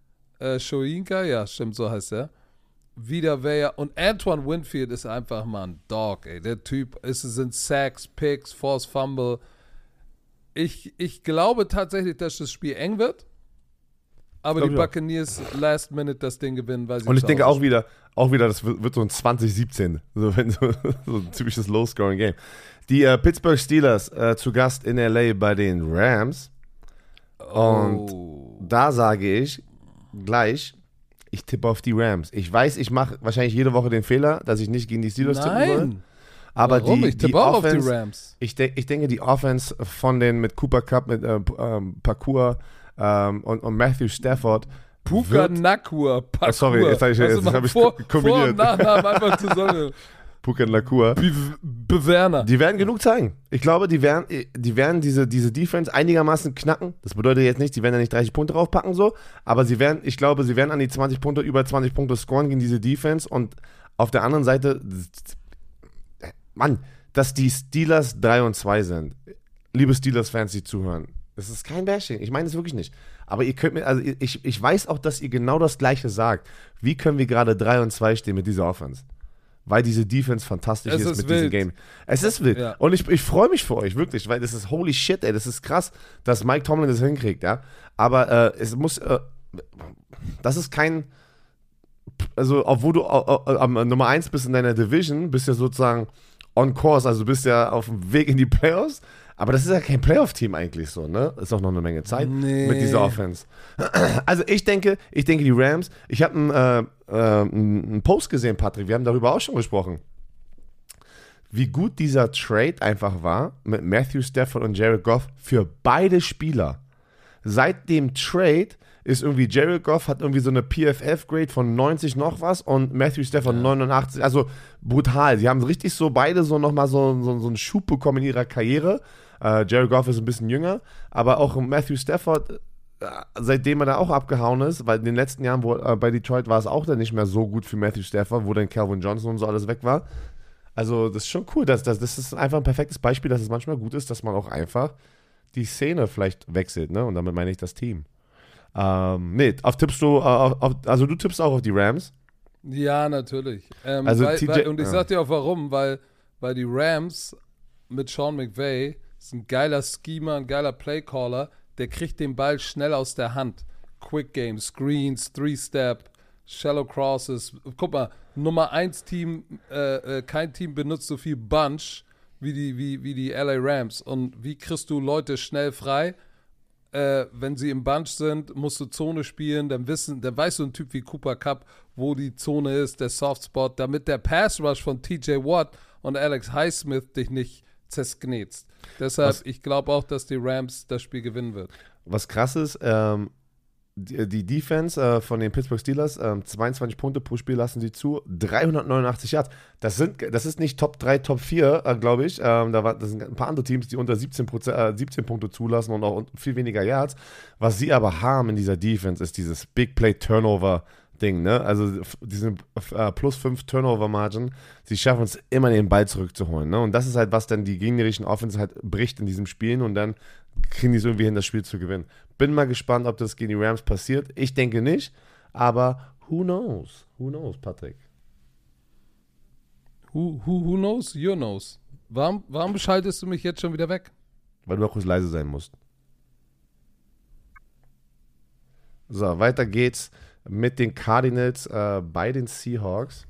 [SPEAKER 1] ja, stimmt, so heißt er. Wieder wer und Antoine Winfield ist einfach mal ein Dog, ey. Der Typ, es sind Sacks, Picks, Force Fumble. Ich glaube tatsächlich, dass das Spiel eng wird. Aber die Buccaneers last minute das Ding gewinnen, weil sie.
[SPEAKER 2] Und ich denke auch wieder, das wird so ein 2017, so ein typisches Low-Scoring-Game. Die Pittsburgh Steelers zu Gast in LA bei den Rams. Und da sage ich gleich, ich tippe auf die Rams. Ich weiß, ich mache wahrscheinlich jede Woche den Fehler, dass ich nicht gegen die Steelers tippen soll. Aber
[SPEAKER 1] warum? Ich tippe auch
[SPEAKER 2] Offense,
[SPEAKER 1] auf die Rams.
[SPEAKER 2] Ich denke, die Offense von den mit Cooper Kupp, mit Parkour und Matthew Stafford.
[SPEAKER 1] Puka Nakua, Parkour.
[SPEAKER 2] Sorry, jetzt habe ich kombiniert.
[SPEAKER 1] Vor- und Nachnamen einfach zusammen.
[SPEAKER 2] Puka Nakua.
[SPEAKER 1] Bewerner.
[SPEAKER 2] Die werden genug zeigen. Ich glaube, die werden diese Defense einigermaßen knacken. Das bedeutet jetzt nicht, die werden ja nicht 30 Punkte draufpacken, so. Aber ich glaube, sie werden an die 20 Punkte, über 20 Punkte scoren gegen diese Defense. Und auf der anderen Seite, Mann, dass die Steelers 3-2 sind. Liebe Steelers-Fans, die zuhören. Das ist kein Bashing. Ich meine es wirklich nicht. Aber ihr könnt mir, also ich weiß auch, dass ihr genau das Gleiche sagt. Wie können wir gerade 3-2 stehen mit dieser Offense? Weil diese Defense fantastisch ist mit diesem Game. Es ist wild. Ja. Und ich freue mich für euch, wirklich, weil das ist holy shit, ey. Das ist krass, dass Mike Tomlin das hinkriegt, ja. Aber es muss, das ist kein, also, obwohl du am Nummer 1 bist in deiner Division, bist ja sozusagen on course, also du bist ja auf dem Weg in die Playoffs. Aber das ist ja kein Playoff-Team eigentlich so, ne? Ist auch noch eine Menge Zeit mit dieser Offense. Also ich denke die Rams, ich habe einen Post gesehen, Patrick, wir haben darüber auch schon gesprochen, wie gut dieser Trade einfach war mit Matthew Stafford und Jared Goff für beide Spieler. Seit dem Trade ist irgendwie Jared Goff hat irgendwie so eine PFF-Grade von 90 noch was und Matthew Stafford 89, also brutal. Sie haben richtig so beide so nochmal so einen Schub bekommen in ihrer Karriere. Jared Goff ist ein bisschen jünger, aber auch Matthew Stafford, seitdem er da auch abgehauen ist, weil in den letzten Jahren bei Detroit war es auch dann nicht mehr so gut für Matthew Stafford, wo dann Calvin Johnson und so alles weg war. Also das ist schon cool, das ist einfach ein perfektes Beispiel, dass es manchmal gut ist, dass man auch einfach die Szene vielleicht wechselt, ne? Und damit meine ich das Team. Tippst du, also du tippst auch auf die Rams?
[SPEAKER 1] Ja, natürlich.
[SPEAKER 2] Also
[SPEAKER 1] und ich sag dir auch warum, weil die Rams mit Sean McVay ist ein geiler Schemer, ein geiler Playcaller, der kriegt den Ball schnell aus der Hand. Quick Game, Screens, 3-Step, Shallow Crosses. Guck mal, Nummer 1 Team, kein Team benutzt so viel Bunch wie die LA Rams. Und wie kriegst du Leute schnell frei? Wenn sie im Bunch sind, musst du Zone spielen, dann weißt du ein Typ wie Cooper Kupp, wo die Zone ist, der Softspot, damit der Pass Rush von TJ Watt und Alex Highsmith dich nicht zersknetzt. Deshalb, ich glaube auch, dass die Rams das Spiel gewinnen wird.
[SPEAKER 2] Was krass ist, die Defense von den Pittsburgh Steelers, 22 Punkte pro Spiel lassen sie zu, 389 Yards. Das ist nicht Top 3, Top 4, glaube ich. Das sind ein paar andere Teams, die unter 17 Punkte zulassen und auch viel weniger Yards. Was sie aber haben in dieser Defense, ist dieses Big Play Turnover Ding, ne? Also diesen plus 5 Turnover-Margin, sie schaffen es immer, den Ball zurückzuholen, ne? Und das ist halt, was dann die gegnerischen Offense halt bricht in diesem Spielen und dann kriegen die es irgendwie hin, das Spiel zu gewinnen. Bin mal gespannt, ob das gegen die Rams passiert. Ich denke nicht, aber who knows? Who knows, Patrick?
[SPEAKER 1] Who knows? You knows. Warum schaltest du mich jetzt schon wieder weg?
[SPEAKER 2] Weil du auch kurz leise sein musst. So, weiter geht's mit den Cardinals bei den Seahawks.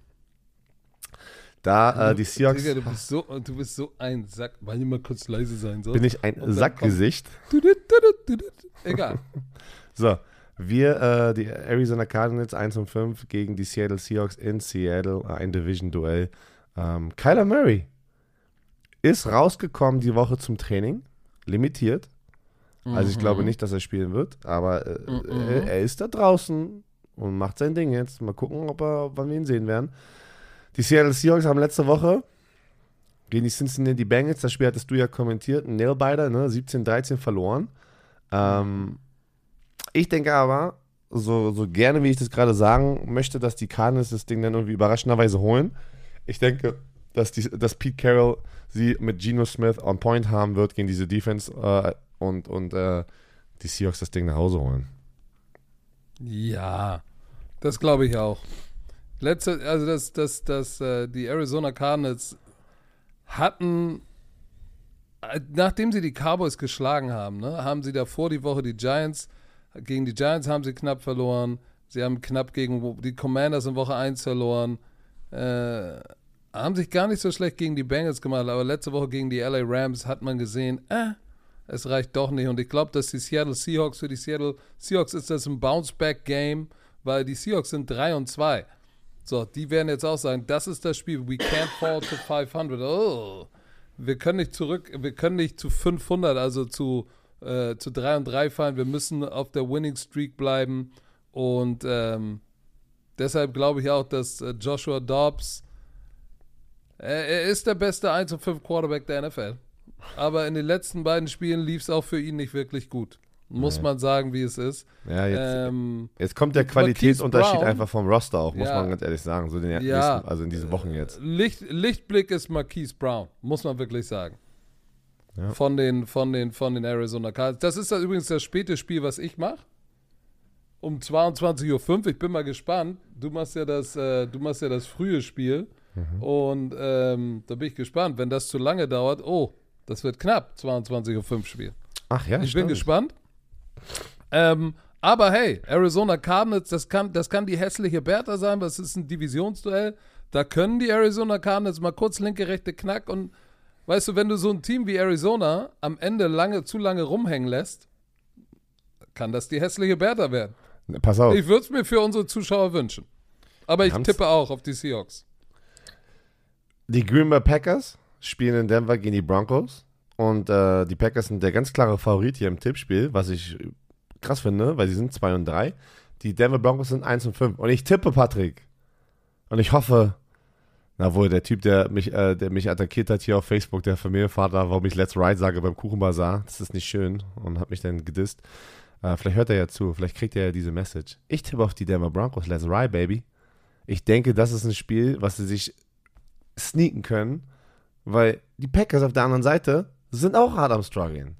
[SPEAKER 2] Die Seahawks.
[SPEAKER 1] Digga, du bist so ein Sack, weil ich mal kurz leise sein soll.
[SPEAKER 2] Bin ich ein Sackgesicht?
[SPEAKER 1] Egal.
[SPEAKER 2] So, die Arizona Cardinals 1-5 gegen die Seattle Seahawks in Seattle, ein Division-Duell. Kyler Murray ist rausgekommen die Woche zum Training, limitiert. Also ich glaube nicht, dass er spielen wird, aber er ist da draußen und macht sein Ding jetzt. Mal gucken, wann wir ihn sehen werden. Die Seattle Seahawks haben letzte Woche gegen die Cincinnati Bengals, das Spiel hattest du ja kommentiert, ein Nailbiter, ne, 17-13 verloren. Ich denke aber, so gerne wie ich das gerade sagen möchte, dass die Cardinals das Ding dann irgendwie überraschenderweise holen. Ich denke, dass Pete Carroll sie mit Geno Smith on point haben wird gegen diese Defense und die Seahawks das Ding nach Hause holen.
[SPEAKER 1] Ja, das glaube ich auch. Die Arizona Cardinals hatten, nachdem sie die Cowboys geschlagen haben, ne, haben sie davor die Woche gegen die Giants haben sie knapp verloren, sie haben knapp gegen die Commanders in Woche 1 verloren, haben sich gar nicht so schlecht gegen die Bengals gemacht, aber letzte Woche gegen die LA Rams hat man gesehen, es reicht doch nicht und ich glaube, dass für die Seattle Seahawks ist das ein Bounce-Back-Game, weil die Seahawks sind 3-2. So, die werden jetzt auch sagen, das ist das Spiel, we can't fall to 500. Oh, wir können nicht zu 500, also zu 3-3 fallen. Wir müssen auf der Winning Streak bleiben. Und deshalb glaube ich auch, dass Joshua Dobbs, er ist der beste 1-5 Quarterback der NFL. Aber in den letzten beiden Spielen lief es auch für ihn nicht wirklich gut. Muss man sagen, wie es ist.
[SPEAKER 2] Ja, jetzt kommt der Qualitätsunterschied einfach vom Roster auch, muss man ganz ehrlich sagen. So also in diesen Wochen jetzt.
[SPEAKER 1] Lichtblick ist Marquise Brown, muss man wirklich sagen. Ja. Von den Arizona Cardinals. Das ist übrigens das späte Spiel, was ich mache. Um 22:05 Uhr. Ich bin mal gespannt. Du machst ja das frühe Spiel. Und da bin ich gespannt. Wenn das zu lange dauert, das wird knapp. 22:05 Uhr Spiel.
[SPEAKER 2] Ach ja,
[SPEAKER 1] ich bin gespannt. Aber hey, Arizona Cardinals, das kann die hässliche Bertha sein, was ist ein Divisionsduell. Da können die Arizona Cardinals mal kurz linke, rechte Knack und weißt du, wenn du so ein Team wie Arizona am Ende zu lange rumhängen lässt, kann das die hässliche Bertha werden.
[SPEAKER 2] Pass auf.
[SPEAKER 1] Ich würde es mir für unsere Zuschauer wünschen. Aber ich tippe auch auf die Seahawks.
[SPEAKER 2] Die Green Bay Packers spielen in Denver gegen die Broncos. Und die Packers sind der ganz klare Favorit hier im Tippspiel, was ich krass finde, weil sie sind 2-3. Die Denver Broncos sind 1-5. Und ich tippe, Patrick. Und ich hoffe, der Typ, der mich attackiert hat hier auf Facebook, der Familienvater, warum ich Let's Ride sage beim Kuchenbazar, das ist nicht schön und hat mich dann gedisst. Vielleicht hört er ja zu, vielleicht kriegt er ja diese Message. Ich tippe auf die Denver Broncos, Let's Ride, Baby. Ich denke, das ist ein Spiel, was sie sich sneaken können, weil die Packers auf der anderen Seite sind auch hart am Struggeln.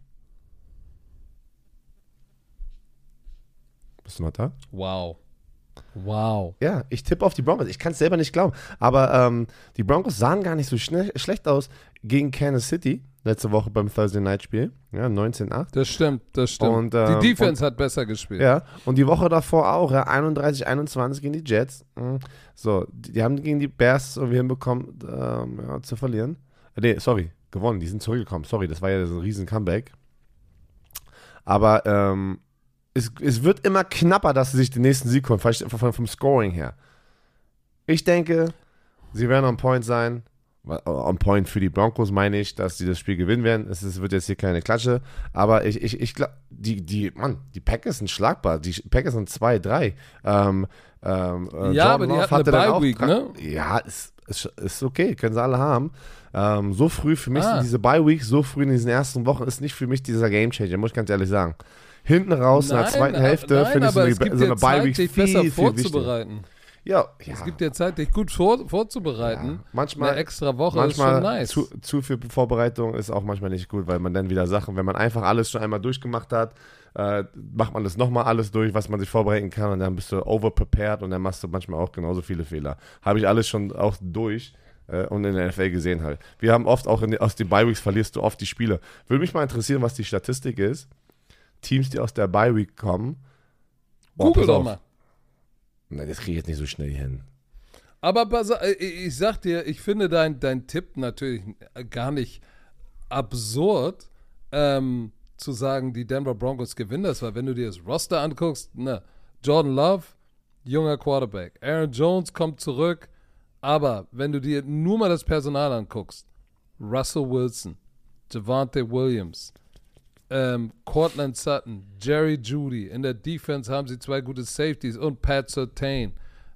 [SPEAKER 2] Bist du noch da?
[SPEAKER 1] Wow.
[SPEAKER 2] Ja, ich tippe auf die Broncos. Ich kann es selber nicht glauben. Aber die Broncos sahen gar nicht so schlecht aus gegen Kansas City. letzte Woche beim Thursday Night Spiel. Ja, 19-8.
[SPEAKER 1] Das stimmt. Und, die Defense hat besser gespielt.
[SPEAKER 2] Ja, und die Woche davor auch, ja, 31-21 gegen die Jets. So, die haben gegen die Bears irgendwie hinbekommen, zu verlieren. Gewonnen, die sind zurückgekommen. Sorry, das war ja so ein riesen Comeback. Aber es wird immer knapper, dass sie sich den nächsten Sieg holen, vom Scoring her. Ich denke, sie werden on point sein. On point für die Broncos meine ich, dass sie das Spiel gewinnen werden. Es wird jetzt hier keine Klatsche, aber ich glaube, die Packers sind schlagbar. Die Packers sind 2-3.
[SPEAKER 1] Aber die hatten eine Bye-Week, ne?
[SPEAKER 2] Ja, ist okay, können sie alle haben. So früh für mich, diese Bye-Week, so früh in diesen ersten Wochen, ist nicht für mich dieser Game-Changer, muss ich ganz ehrlich sagen. Hinten raus, in der zweiten Hälfte, finde ich so eine Bye-Week viel
[SPEAKER 1] vorzubereiten.
[SPEAKER 2] Ja.
[SPEAKER 1] Es gibt dir Zeit, dich gut vorzubereiten.
[SPEAKER 2] Ja, manchmal,
[SPEAKER 1] eine extra Woche ist schon nice.
[SPEAKER 2] Zu viel Vorbereitung ist auch manchmal nicht gut, weil man dann wieder Sachen, wenn man einfach alles schon einmal durchgemacht hat, macht man das nochmal alles durch, was man sich vorbereiten kann und dann bist du overprepared und dann machst du manchmal auch genauso viele Fehler. Habe ich alles schon auch durch und in der NFL gesehen halt. Wir haben oft auch aus den Bye-Weeks verlierst du oft die Spiele. Würde mich mal interessieren, was die Statistik ist. Teams, die aus der Bye-Week kommen.
[SPEAKER 1] Google doch mal.
[SPEAKER 2] Nein, das kriege ich jetzt nicht so schnell hin.
[SPEAKER 1] Aber ich sag dir, ich finde dein Tipp natürlich gar nicht absurd, zu sagen, die Denver Broncos gewinnen das, weil wenn du dir das Roster anguckst, Jordan Love, junger Quarterback, Aaron Jones kommt zurück, aber wenn du dir nur mal das Personal anguckst, Russell Wilson, Javonte Williams, Cortland Sutton, Jerry Jeudy. In der Defense haben sie 2 gute Safeties und Pat Surtain.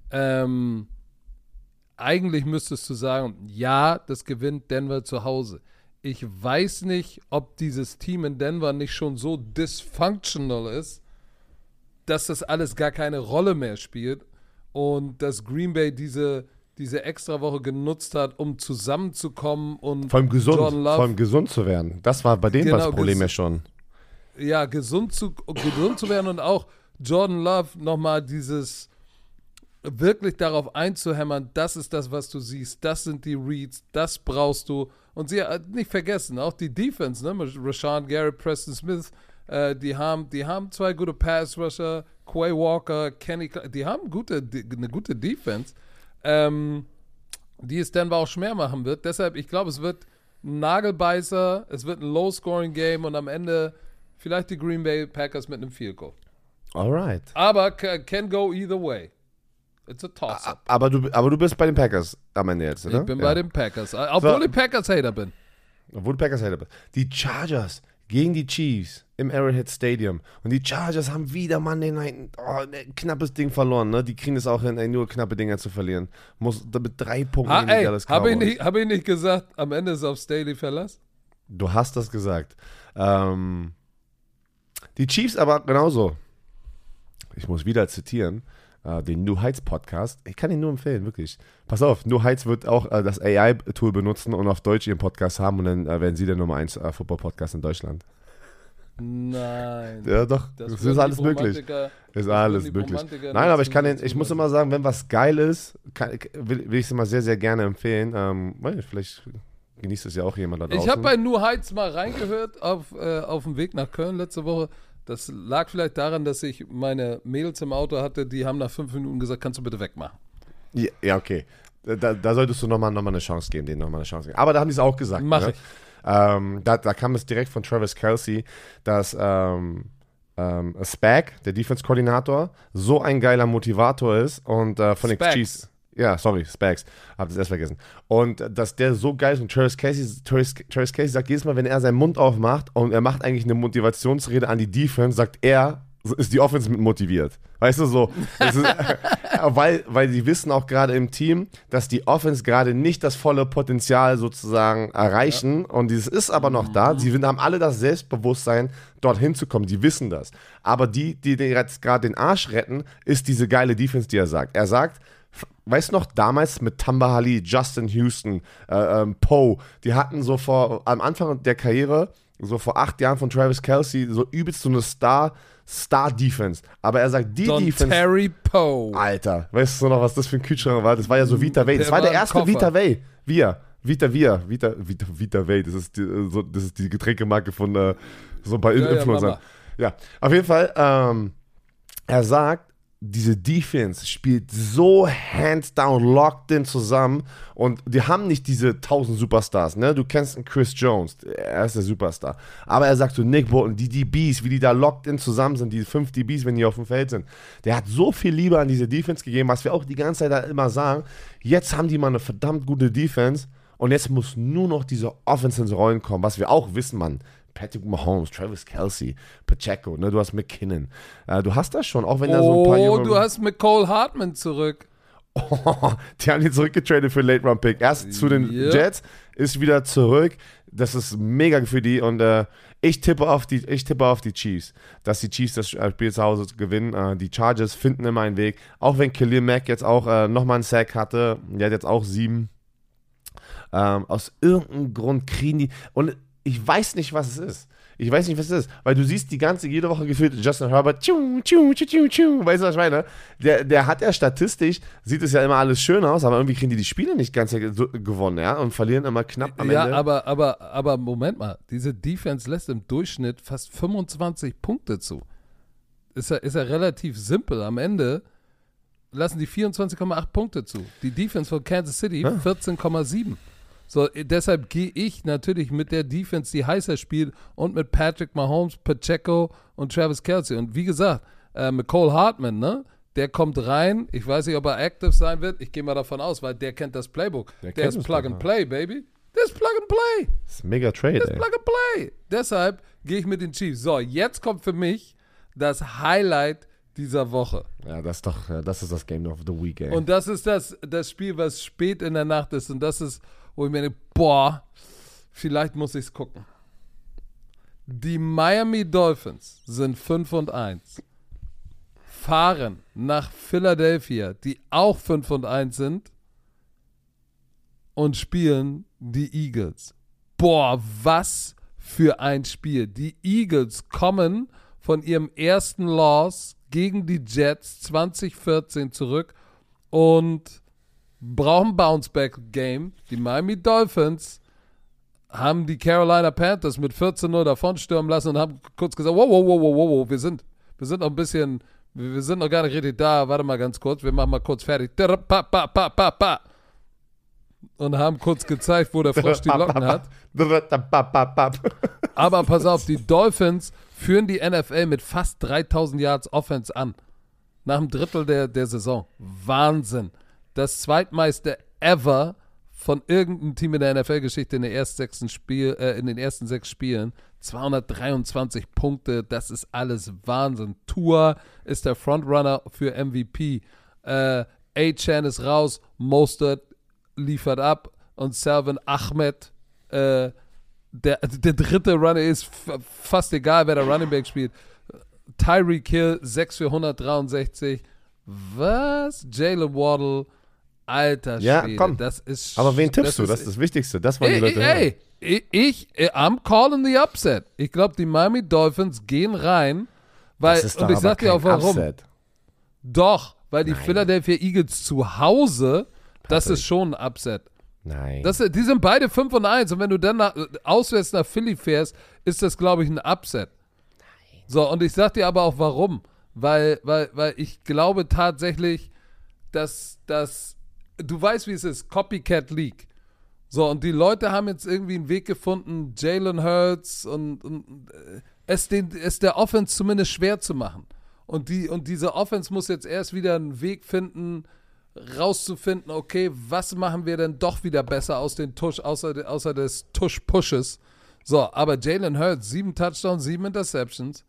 [SPEAKER 1] Eigentlich müsstest du sagen, ja, das gewinnt Denver zu Hause. Ich weiß nicht, ob dieses Team in Denver nicht schon so dysfunctional ist, dass das alles gar keine Rolle mehr spielt und dass Green Bay diese Extrawoche genutzt hat, um zusammenzukommen und
[SPEAKER 2] vor allem gesund zu werden. Das war bei denen das Problem ja schon.
[SPEAKER 1] Ja, gesund zu werden und auch Jordan Love nochmal dieses wirklich darauf einzuhämmern, das ist das, was du siehst, das sind die Reads, das brauchst du. Und sie nicht vergessen, auch die Defense, ne, Rashawn Garrett, Preston Smith, die haben 2 gute Pass-Rusher, Quay Walker, Kenny, die haben eine gute Defense. Die es Denver auch schwer machen wird. Deshalb, ich glaube, es wird ein Nagelbeißer, es wird ein Low-Scoring-Game und am Ende vielleicht die Green Bay Packers mit einem Field Goal.
[SPEAKER 2] Alright.
[SPEAKER 1] Aber can go either way. It's a toss-up.
[SPEAKER 2] Aber du bist bei den Packers am Ende jetzt, oder?
[SPEAKER 1] Ich bin bei den Packers, obwohl ich Packers-Hater bin.
[SPEAKER 2] Obwohl du Packers-Hater bist. Die Chargers gegen die Chiefs im Arrowhead Stadium. Und die Chargers haben wieder Monday Night ein knappes Ding verloren. Ne? Die kriegen es auch hin, nur knappe Dinger zu verlieren. Muss mit 3 Punkten gegen die Dallas Cowboys.
[SPEAKER 1] Hab ich nicht gesagt, am Ende ist auf Staley Verlass?
[SPEAKER 2] Du hast das gesagt. Die Chiefs aber genauso. Ich muss wieder zitieren. Den New Heights Podcast. Ich kann ihn nur empfehlen, wirklich. Pass auf, New Heights wird auch das AI-Tool benutzen und auf Deutsch ihren Podcast haben und dann werden sie der Nummer 1 Football-Podcast in Deutschland.
[SPEAKER 1] Nein.
[SPEAKER 2] Ja, doch. Das ist alles möglich. Ist alles möglich. Nein, aber ich muss immer sagen, wenn was geil ist, will ich es immer sehr, sehr gerne empfehlen. Vielleicht genießt es ja auch jemand da draußen.
[SPEAKER 1] Ich habe bei New Heights mal reingehört auf dem Weg nach Köln letzte Woche. Das lag vielleicht daran, dass ich meine Mädels im Auto hatte, die haben nach 5 Minuten gesagt, kannst du bitte wegmachen.
[SPEAKER 2] Ja, okay. Da solltest du nochmal eine Chance geben, denen nochmal eine Chance geben. Aber da haben die es auch gesagt.
[SPEAKER 1] Mach ich.
[SPEAKER 2] Da kam es direkt von Travis Kelce, dass Spag, der Defense-Koordinator, so ein geiler Motivator ist und von den Chiefs. Ja, sorry, Spags. Hab das erst vergessen. Und dass der so geil ist und Travis Kelce sagt jedes Mal, wenn er seinen Mund aufmacht und er macht eigentlich eine Motivationsrede an die Defense, sagt er, ist die Offense mit motiviert. Weißt du, so. Weil die wissen auch gerade im Team, dass die Offense gerade nicht das volle Potenzial sozusagen erreichen. Ja. Und dieses ist aber noch da. Sie haben alle das Selbstbewusstsein, dorthin zu kommen. Die wissen das. Aber die jetzt gerade den Arsch retten, ist diese geile Defense, die er sagt. Er sagt, weißt du noch, damals mit Tamba Hali, Justin Houston, Poe, die hatten so am Anfang der Karriere, so vor 8 Jahren von Travis Kelce, so übelst so eine Star-Defense. Aber er sagt, Defense.
[SPEAKER 1] Terry Poe.
[SPEAKER 2] Alter, weißt du noch, was das für ein Kühlschrank war? Das war ja so Vita Vey. Das war der erste Vita Vey. Vita Wade, das ist die Getränkemarke von so ein paar Influencern. Ja, auf jeden Fall, er sagt, diese Defense spielt so hands down, locked in zusammen und die haben nicht diese 1000 Superstars, ne? Du kennst einen Chris Jones, er ist der Superstar. Aber er sagt so, Nick Bolton, die DBs, wie die da locked in zusammen sind, die 5 DBs, wenn die auf dem Feld sind. Der hat so viel Liebe an diese Defense gegeben, was wir auch die ganze Zeit da immer sagen. Jetzt haben die mal eine verdammt gute Defense und jetzt muss nur noch diese Offense ins Rollen kommen, was wir auch wissen, Mann. Patrick Mahomes, Travis Kelce, Pacheco, ne, du hast McKinnon. Du hast das schon, auch wenn da so ein paar Junge...
[SPEAKER 1] du hast Mecole Hardman zurück.
[SPEAKER 2] Oh, die haben ihn zurückgetradet für Late-Round-Pick. Erst zu den Jets, ist wieder zurück. Das ist mega für die und ich tippe auf die Chiefs, dass die Chiefs das Spiel zu Hause gewinnen. Die Chargers finden immer einen Weg. Auch wenn Khalil Mack jetzt auch nochmal einen Sack hatte. Der hat jetzt auch 7. Aus irgendeinem Grund kriegen die... Und ich weiß nicht, was es ist. Weil du siehst jede Woche gefühlt Justin Herbert, weißt du, was ich meine? Der hat ja statistisch, sieht es ja immer alles schön aus, aber irgendwie kriegen die Spiele nicht ganz gewonnen, ja, und verlieren immer knapp am Ende.
[SPEAKER 1] Ja, aber Moment mal, diese Defense lässt im Durchschnitt fast 25 Punkte zu. Ist ja relativ simpel. Am Ende lassen die 24,8 Punkte zu. Die Defense von Kansas City 14,7. So, deshalb gehe ich natürlich mit der Defense, die heißer spielt und mit Patrick Mahomes, Pacheco und Travis Kelce. Und wie gesagt, Mecole Hardman, ne? Der kommt rein. Ich weiß nicht, ob er active sein wird. Ich gehe mal davon aus, weil der kennt das Playbook. Der ist Plug and Play, baby. Der ist Plug and Play.
[SPEAKER 2] Das ist mega Trade,
[SPEAKER 1] Der ist Plug and Play. Deshalb gehe ich mit den Chiefs. So, jetzt kommt für mich das Highlight dieser Woche.
[SPEAKER 2] Ja, das ist das Game of the Week, ey.
[SPEAKER 1] Und das ist das Spiel, was spät in der Nacht ist. Und das ist, wo ich mir denke, boah, vielleicht muss ich es gucken. Die Miami Dolphins sind 5-1. Fahren nach Philadelphia, die auch 5-1 sind, und spielen die Eagles. Boah, was für ein Spiel. Die Eagles kommen von ihrem ersten Loss gegen die Jets 2014 zurück und brauchen Bounce-Back-Game. Die Miami Dolphins haben die Carolina Panthers mit 14-0 davonstürmen lassen und haben kurz gesagt, wow, wir sind noch ein bisschen, wir sind noch gar nicht richtig da, warte mal ganz kurz, wir machen mal kurz fertig. Und haben kurz gezeigt, wo der Frosch die Locken hat. Aber pass auf, die Dolphins führen die NFL mit fast 3000 Yards Offense an. Nach einem Drittel der Saison. Wahnsinn. Das zweitmeiste ever von irgendeinem Team in der NFL-Geschichte in den ersten 6 Spielen. 223 Punkte, das ist alles Wahnsinn. Tua ist der Frontrunner für MVP. A-Chan ist raus, Mostert liefert ab und Salvon Ahmed, der dritte Runner ist fast egal, wer der Running Back spielt. Tyreek Hill, 6 für 163. Was? Jalen Waddle, alter Schwede.
[SPEAKER 2] Ja, komm.
[SPEAKER 1] Das ist,
[SPEAKER 2] aber wen tippst du? Das ist das Wichtigste. Das wollen die Leute hören.
[SPEAKER 1] I'm calling the upset. Ich glaube, die Miami Dolphins gehen rein, weil,
[SPEAKER 2] das ist
[SPEAKER 1] und ich sag dir auch warum.
[SPEAKER 2] Upset.
[SPEAKER 1] Doch, weil die Philadelphia Eagles zu Hause, das ist schon ein Upset.
[SPEAKER 2] Nein.
[SPEAKER 1] Die sind beide 5-1 und wenn du dann auswärts nach Philly fährst, ist das, glaube ich, ein Upset. Nein. So, und ich sag dir aber auch warum. Weil ich glaube tatsächlich, dass du weißt, wie es ist, Copycat League. So, und die Leute haben jetzt irgendwie einen Weg gefunden, Jalen Hurts und es der Offense zumindest schwer zu machen. Und diese Offense muss jetzt erst wieder einen Weg finden, rauszufinden, okay, was machen wir denn doch wieder besser außer des Tush-Pushes. So, aber Jalen Hurts, 7 Touchdowns, 7 Interceptions.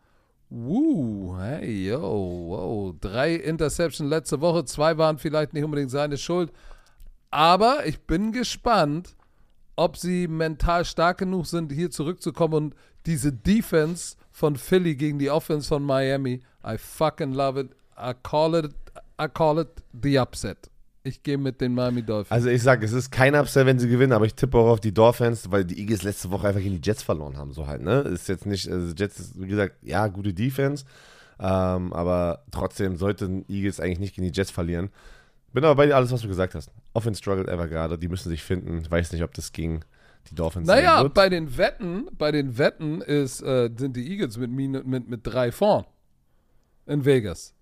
[SPEAKER 1] Hey, yo, wow. 3 Interceptions letzte Woche, 2 waren vielleicht nicht unbedingt seine Schuld. Aber ich bin gespannt, ob sie mental stark genug sind, hier zurückzukommen und diese Defense von Philly gegen die Offense von Miami, I fucking love it. I call it the upset. Ich gehe mit den Miami Dolphins.
[SPEAKER 2] Also ich sage, es ist kein Upset, wenn sie gewinnen, aber ich tippe auch auf die Dolphins, weil die Eagles letzte Woche einfach gegen die Jets verloren haben, so halt, ne? Ist jetzt nicht, also Jets ist, wie gesagt, ja, gute Defense, aber trotzdem sollten Eagles eigentlich nicht gegen die Jets verlieren. Bin aber bei dir, alles, was du gesagt hast. Offense struggelt einfach gerade. Die müssen sich finden. Ich weiß nicht, ob das gegen die Dolphins
[SPEAKER 1] Naja,
[SPEAKER 2] wird.
[SPEAKER 1] bei den Wetten sind die Eagles mit 3 vorn in Vegas.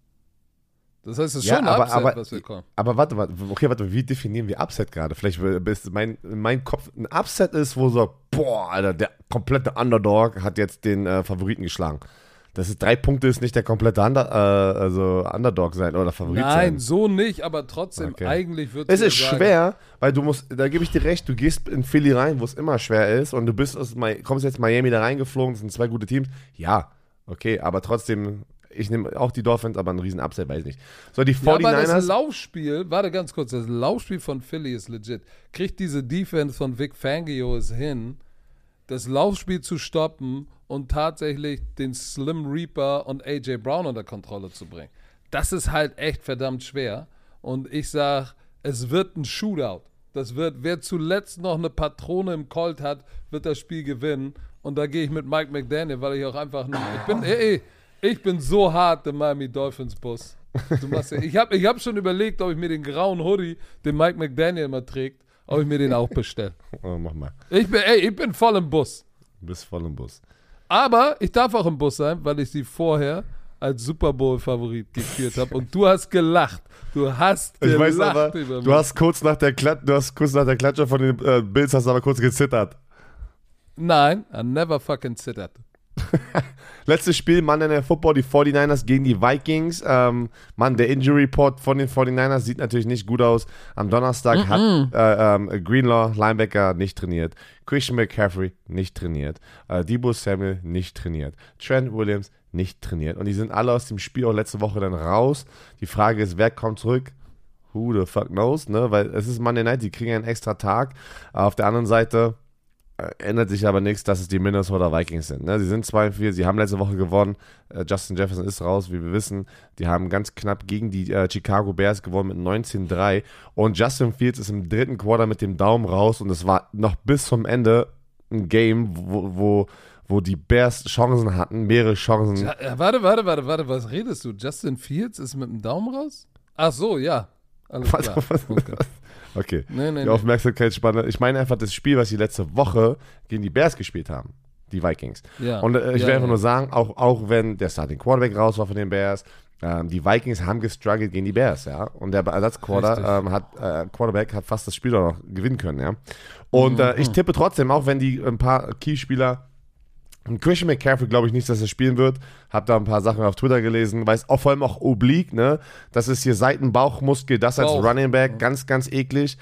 [SPEAKER 1] Das heißt, es ist schon ein Upset, was wir kommen.
[SPEAKER 2] Aber warte, wie definieren wir Upset gerade? Vielleicht ist mein Kopf ein Upset ist, wo so, boah, Alter, der komplette Underdog hat jetzt den Favoriten geschlagen. Das ist 3 Punkte, ist nicht der komplette Underdog sein oder Favorit sein.
[SPEAKER 1] Nein, so nicht, aber trotzdem, eigentlich wird
[SPEAKER 2] es ist schwer, weil du musst, da gebe ich dir recht, du gehst in Philly rein, wo es immer schwer ist und du kommst jetzt Miami da reingeflogen, das sind 2 gute Teams. Ja, okay, aber trotzdem, ich nehme auch die Dolphins, aber ein riesen Upset, weiß ich nicht. So, die 49ers.
[SPEAKER 1] Ja, aber das Laufspiel, warte ganz kurz, das Laufspiel von Philly ist legit. Kriegt diese Defense von Vic Fangio es hin, das Laufspiel zu stoppen und tatsächlich den Slim Reaper und AJ Brown unter Kontrolle zu bringen. Das ist halt echt verdammt schwer. Und ich sag, es wird ein Shootout. Wer zuletzt noch eine Patrone im Colt hat, wird das Spiel gewinnen. Und da gehe ich mit Mike McDaniel, weil ich auch einfach nicht. Ich bin so hart im Miami Dolphins Bus. Ich hab schon überlegt, ob ich mir den grauen Hoodie, den Mike McDaniel immer trägt, ob ich mir den auch bestelle.
[SPEAKER 2] Oh, mach mal.
[SPEAKER 1] Ich bin voll im Bus.
[SPEAKER 2] Du bist voll im Bus.
[SPEAKER 1] Aber ich darf auch im Bus sein, weil ich sie vorher als Super Bowl-Favorit gekürt habe. Und du hast gelacht. Du hast gelacht.
[SPEAKER 2] Ich weiß aber, du hast kurz nach der Klatsche von den Bills hast aber kurz gezittert.
[SPEAKER 1] Nein, I never fucking zittert.
[SPEAKER 2] Letztes Spiel, Monday Night Football, die 49ers gegen die Vikings. Der Injury Report von den 49ers sieht natürlich nicht gut aus. Am Donnerstag hat Greenlaw, Linebacker, nicht trainiert. Christian McCaffrey, nicht trainiert. Deebo Samuel, nicht trainiert. Trent Williams, nicht trainiert. Und die sind alle aus dem Spiel auch letzte Woche dann raus. Die Frage ist, wer kommt zurück? Who the fuck knows, ne? Weil es ist Monday Night, die kriegen einen extra Tag. Auf der anderen Seite ändert sich aber nichts, dass es die Minnesota Vikings sind. Ne? Sie sind 2-4, sie haben letzte Woche gewonnen. Justin Jefferson ist raus, wie wir wissen. Die haben ganz knapp gegen die Chicago Bears gewonnen mit 19-3. Und Justin Fields ist im 3. Quarter mit dem Daumen raus. Und es war noch bis zum Ende ein Game, wo die Bears Chancen hatten, mehrere Chancen.
[SPEAKER 1] Warte, was redest du? Justin Fields ist mit dem Daumen raus? Ach so, ja. Alles klar.
[SPEAKER 2] Okay,
[SPEAKER 1] Nee.
[SPEAKER 2] Die Aufmerksamkeitsspanne. Ich meine einfach das Spiel, was sie letzte Woche gegen die Bears gespielt haben. Die Vikings.
[SPEAKER 1] Ja.
[SPEAKER 2] Und ich will einfach nur sagen, auch wenn der Starting Quarterback raus war von den Bears, die Vikings haben gestruggelt gegen die Bears, ja. Und der Quarterback hat fast das Spiel auch noch gewinnen können, ja. Und ich tippe trotzdem, auch wenn die ein paar Keyspieler. Und Christian McCaffrey glaube ich nicht, dass er spielen wird. Hab da ein paar Sachen auf Twitter gelesen. Weiß auch vor allem auch Oblique, ne? Das ist hier Seitenbauchmuskel, das als Running Back. Ganz, ganz eklig.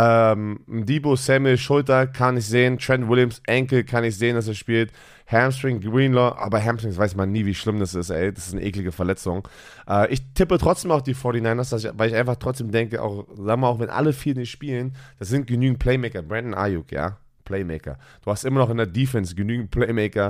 [SPEAKER 2] Deebo Samuel, Schulter kann ich sehen. Trent Williams, Enkel kann ich sehen, dass er spielt. Hamstring, Greenlaw. Aber Hamstrings weiß man nie, wie schlimm das ist, ey. Das ist eine eklige Verletzung. Ich tippe trotzdem auch die 49ers, weil ich einfach trotzdem denke, auch wenn alle 4 nicht spielen, das sind genügend Playmaker. Brandon Ayuk, ja. Playmaker. Du hast immer noch in der Defense genügend Playmaker,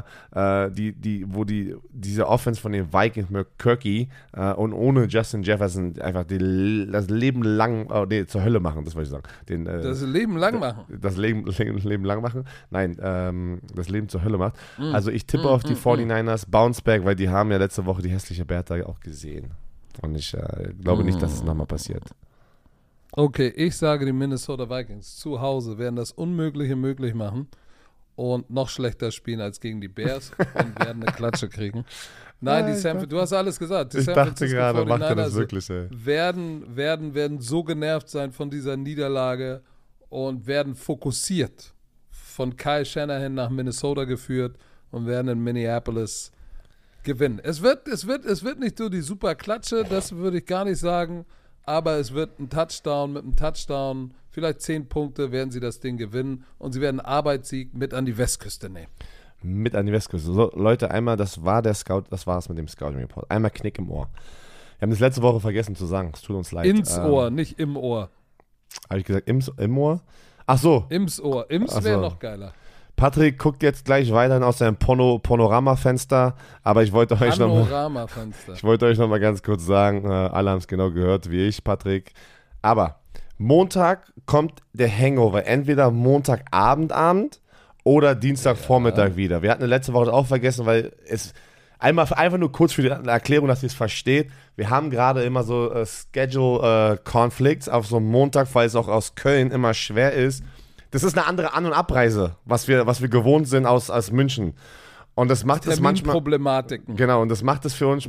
[SPEAKER 2] diese Offense von den Vikings mit Kirky und ohne Justin Jefferson einfach das Leben lang zur Hölle machen, das wollte ich sagen.
[SPEAKER 1] Das Leben lang machen?
[SPEAKER 2] Das Leben lang machen? Nein, das Leben zur Hölle macht. Also ich tippe auf die 49ers, Bounceback, weil die haben ja letzte Woche die hässliche Bertha auch gesehen. Und ich glaube nicht, dass es nochmal passiert.
[SPEAKER 1] Okay, ich sage, die Minnesota Vikings zu Hause werden das Unmögliche möglich machen und noch schlechter spielen als gegen die Bears und werden eine Klatsche kriegen. Nein, du hast alles gesagt.
[SPEAKER 2] Ich dachte gerade, macht er das wirklich, ey.
[SPEAKER 1] Werden so genervt sein von dieser Niederlage und werden fokussiert von Kyle Shanahan nach Minnesota geführt und werden in Minneapolis gewinnen. Es wird nicht so die super Klatsche, das würde ich gar nicht sagen. Aber es wird ein Touchdown, mit einem Touchdown, vielleicht 10 Punkte, werden sie das Ding gewinnen und sie werden einen Arbeitssieg mit an die Westküste nehmen.
[SPEAKER 2] Mit an die Westküste. So, Leute, einmal, das war es mit dem Scouting Report. Einmal Knick im Ohr. Wir haben das letzte Woche vergessen zu sagen, es tut uns leid.
[SPEAKER 1] Ins Ohr, nicht im Ohr.
[SPEAKER 2] Habe ich gesagt, im Ohr? Ach so.
[SPEAKER 1] Ims Ohr. Wäre noch geiler.
[SPEAKER 2] Patrick guckt jetzt gleich weiterhin aus seinem Panorama-Fenster, aber ich wollte euch noch mal ganz kurz sagen, alle haben es genau gehört, wie ich, Patrick. Aber Montag kommt der Hangover, entweder Montagabend oder Dienstagvormittag wieder. Wir hatten letzte Woche auch vergessen, weil Einfach nur kurz für die Erklärung, dass ihr es versteht. Wir haben gerade immer so Schedule-Conflicts auf so einem Montag, weil es auch aus Köln immer schwer ist. Das ist eine andere An- und Abreise, was wir gewohnt sind aus München. Und das macht es manchmal.
[SPEAKER 1] Problematiken.
[SPEAKER 2] Genau, und das macht es für uns,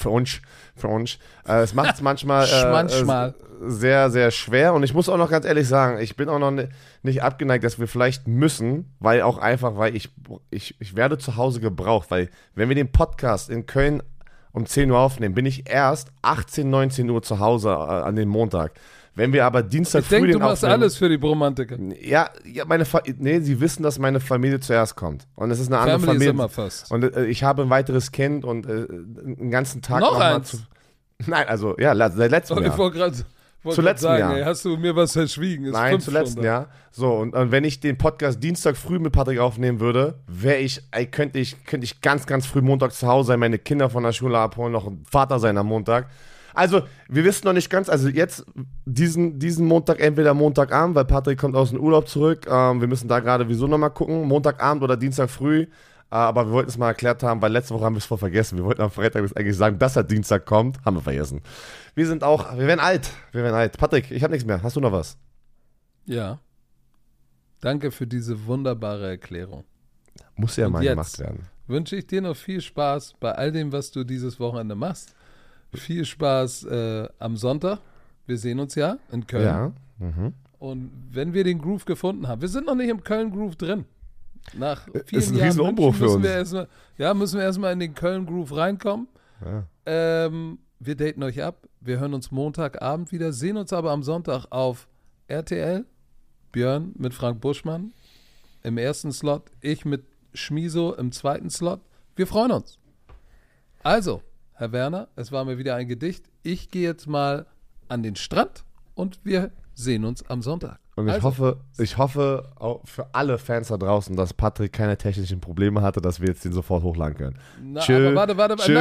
[SPEAKER 2] es macht es manchmal sehr, sehr schwer. Und ich muss auch noch ganz ehrlich sagen, ich bin auch noch nicht abgeneigt, dass wir vielleicht müssen, weil ich werde zu Hause gebraucht, weil wenn wir den Podcast in Köln um 10 Uhr aufnehmen, bin ich erst 18, 19 Uhr zu Hause an dem Montag. Wenn wir aber Dienstag früh den aufnehmen...
[SPEAKER 1] du machst alles für die Bromantiker.
[SPEAKER 2] Ja, sie wissen, dass meine Familie zuerst kommt. Und es ist eine andere Familie.
[SPEAKER 1] Ist immer fast.
[SPEAKER 2] Und ich habe ein weiteres Kind und einen ganzen Tag
[SPEAKER 1] noch eins?
[SPEAKER 2] Nein, also, ja, seit letztem Jahr.
[SPEAKER 1] Ich wollte gerade sagen, ey, hast du mir was verschwiegen? Ist
[SPEAKER 2] Nein, zu letzten Jahr. So, und wenn ich den Podcast Dienstag früh mit Patrick aufnehmen würde, könnte ich ganz, ganz früh Montag zu Hause sein, meine Kinder von der Schule abholen, noch ein Vater sein am Montag. Also, wir wissen noch nicht ganz, also jetzt diesen Montag, entweder Montagabend, weil Patrick kommt aus dem Urlaub zurück. Wir müssen da gerade wieso nochmal gucken, Montagabend oder Dienstag früh. Aber wir wollten es mal erklärt haben, weil letzte Woche haben wir es voll vergessen. Wir wollten am Freitag eigentlich sagen, dass er Dienstag kommt. Haben wir vergessen. Wir werden alt. Patrick, ich habe nichts mehr. Hast du noch was?
[SPEAKER 1] Ja. Danke für diese wunderbare Erklärung.
[SPEAKER 2] Muss ja mal gemacht werden.
[SPEAKER 1] Wünsche ich dir noch viel Spaß bei all dem, was du dieses Wochenende machst. Viel Spaß am Sonntag. Wir sehen uns ja in Köln.
[SPEAKER 2] Ja.
[SPEAKER 1] Und wenn wir den Groove gefunden haben, wir sind noch nicht im Köln-Groove drin. Nach vielen
[SPEAKER 2] ist ein
[SPEAKER 1] Jahren
[SPEAKER 2] Riesenumbruch für uns.
[SPEAKER 1] Müssen wir erstmal in den Köln-Groove reinkommen. Ja. Wir daten euch ab. Wir hören uns Montagabend wieder, sehen uns aber am Sonntag auf RTL. Björn mit Frank Buschmann im ersten Slot, ich mit Schmiso im zweiten Slot. Wir freuen uns. Also, Herr Werner, es war mir wieder ein Gedicht. Ich gehe jetzt mal an den Strand und wir sehen uns am Sonntag.
[SPEAKER 2] Und ich hoffe auch für alle Fans da draußen, dass Patrick keine technischen Probleme hatte, dass wir jetzt den sofort hochladen können.
[SPEAKER 1] Aber warte.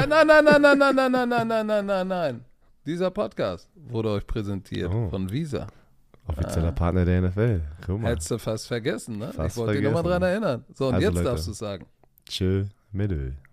[SPEAKER 1] Nein. Dieser Podcast wurde euch präsentiert von Visa.
[SPEAKER 2] Offizieller Partner der NFL. Guck mal.
[SPEAKER 1] Hättest du fast vergessen, ne?
[SPEAKER 2] Fast
[SPEAKER 1] ich wollte dich nochmal dran erinnern. So, und also jetzt Leute, darfst du es sagen.
[SPEAKER 2] Tschö, mit Öl.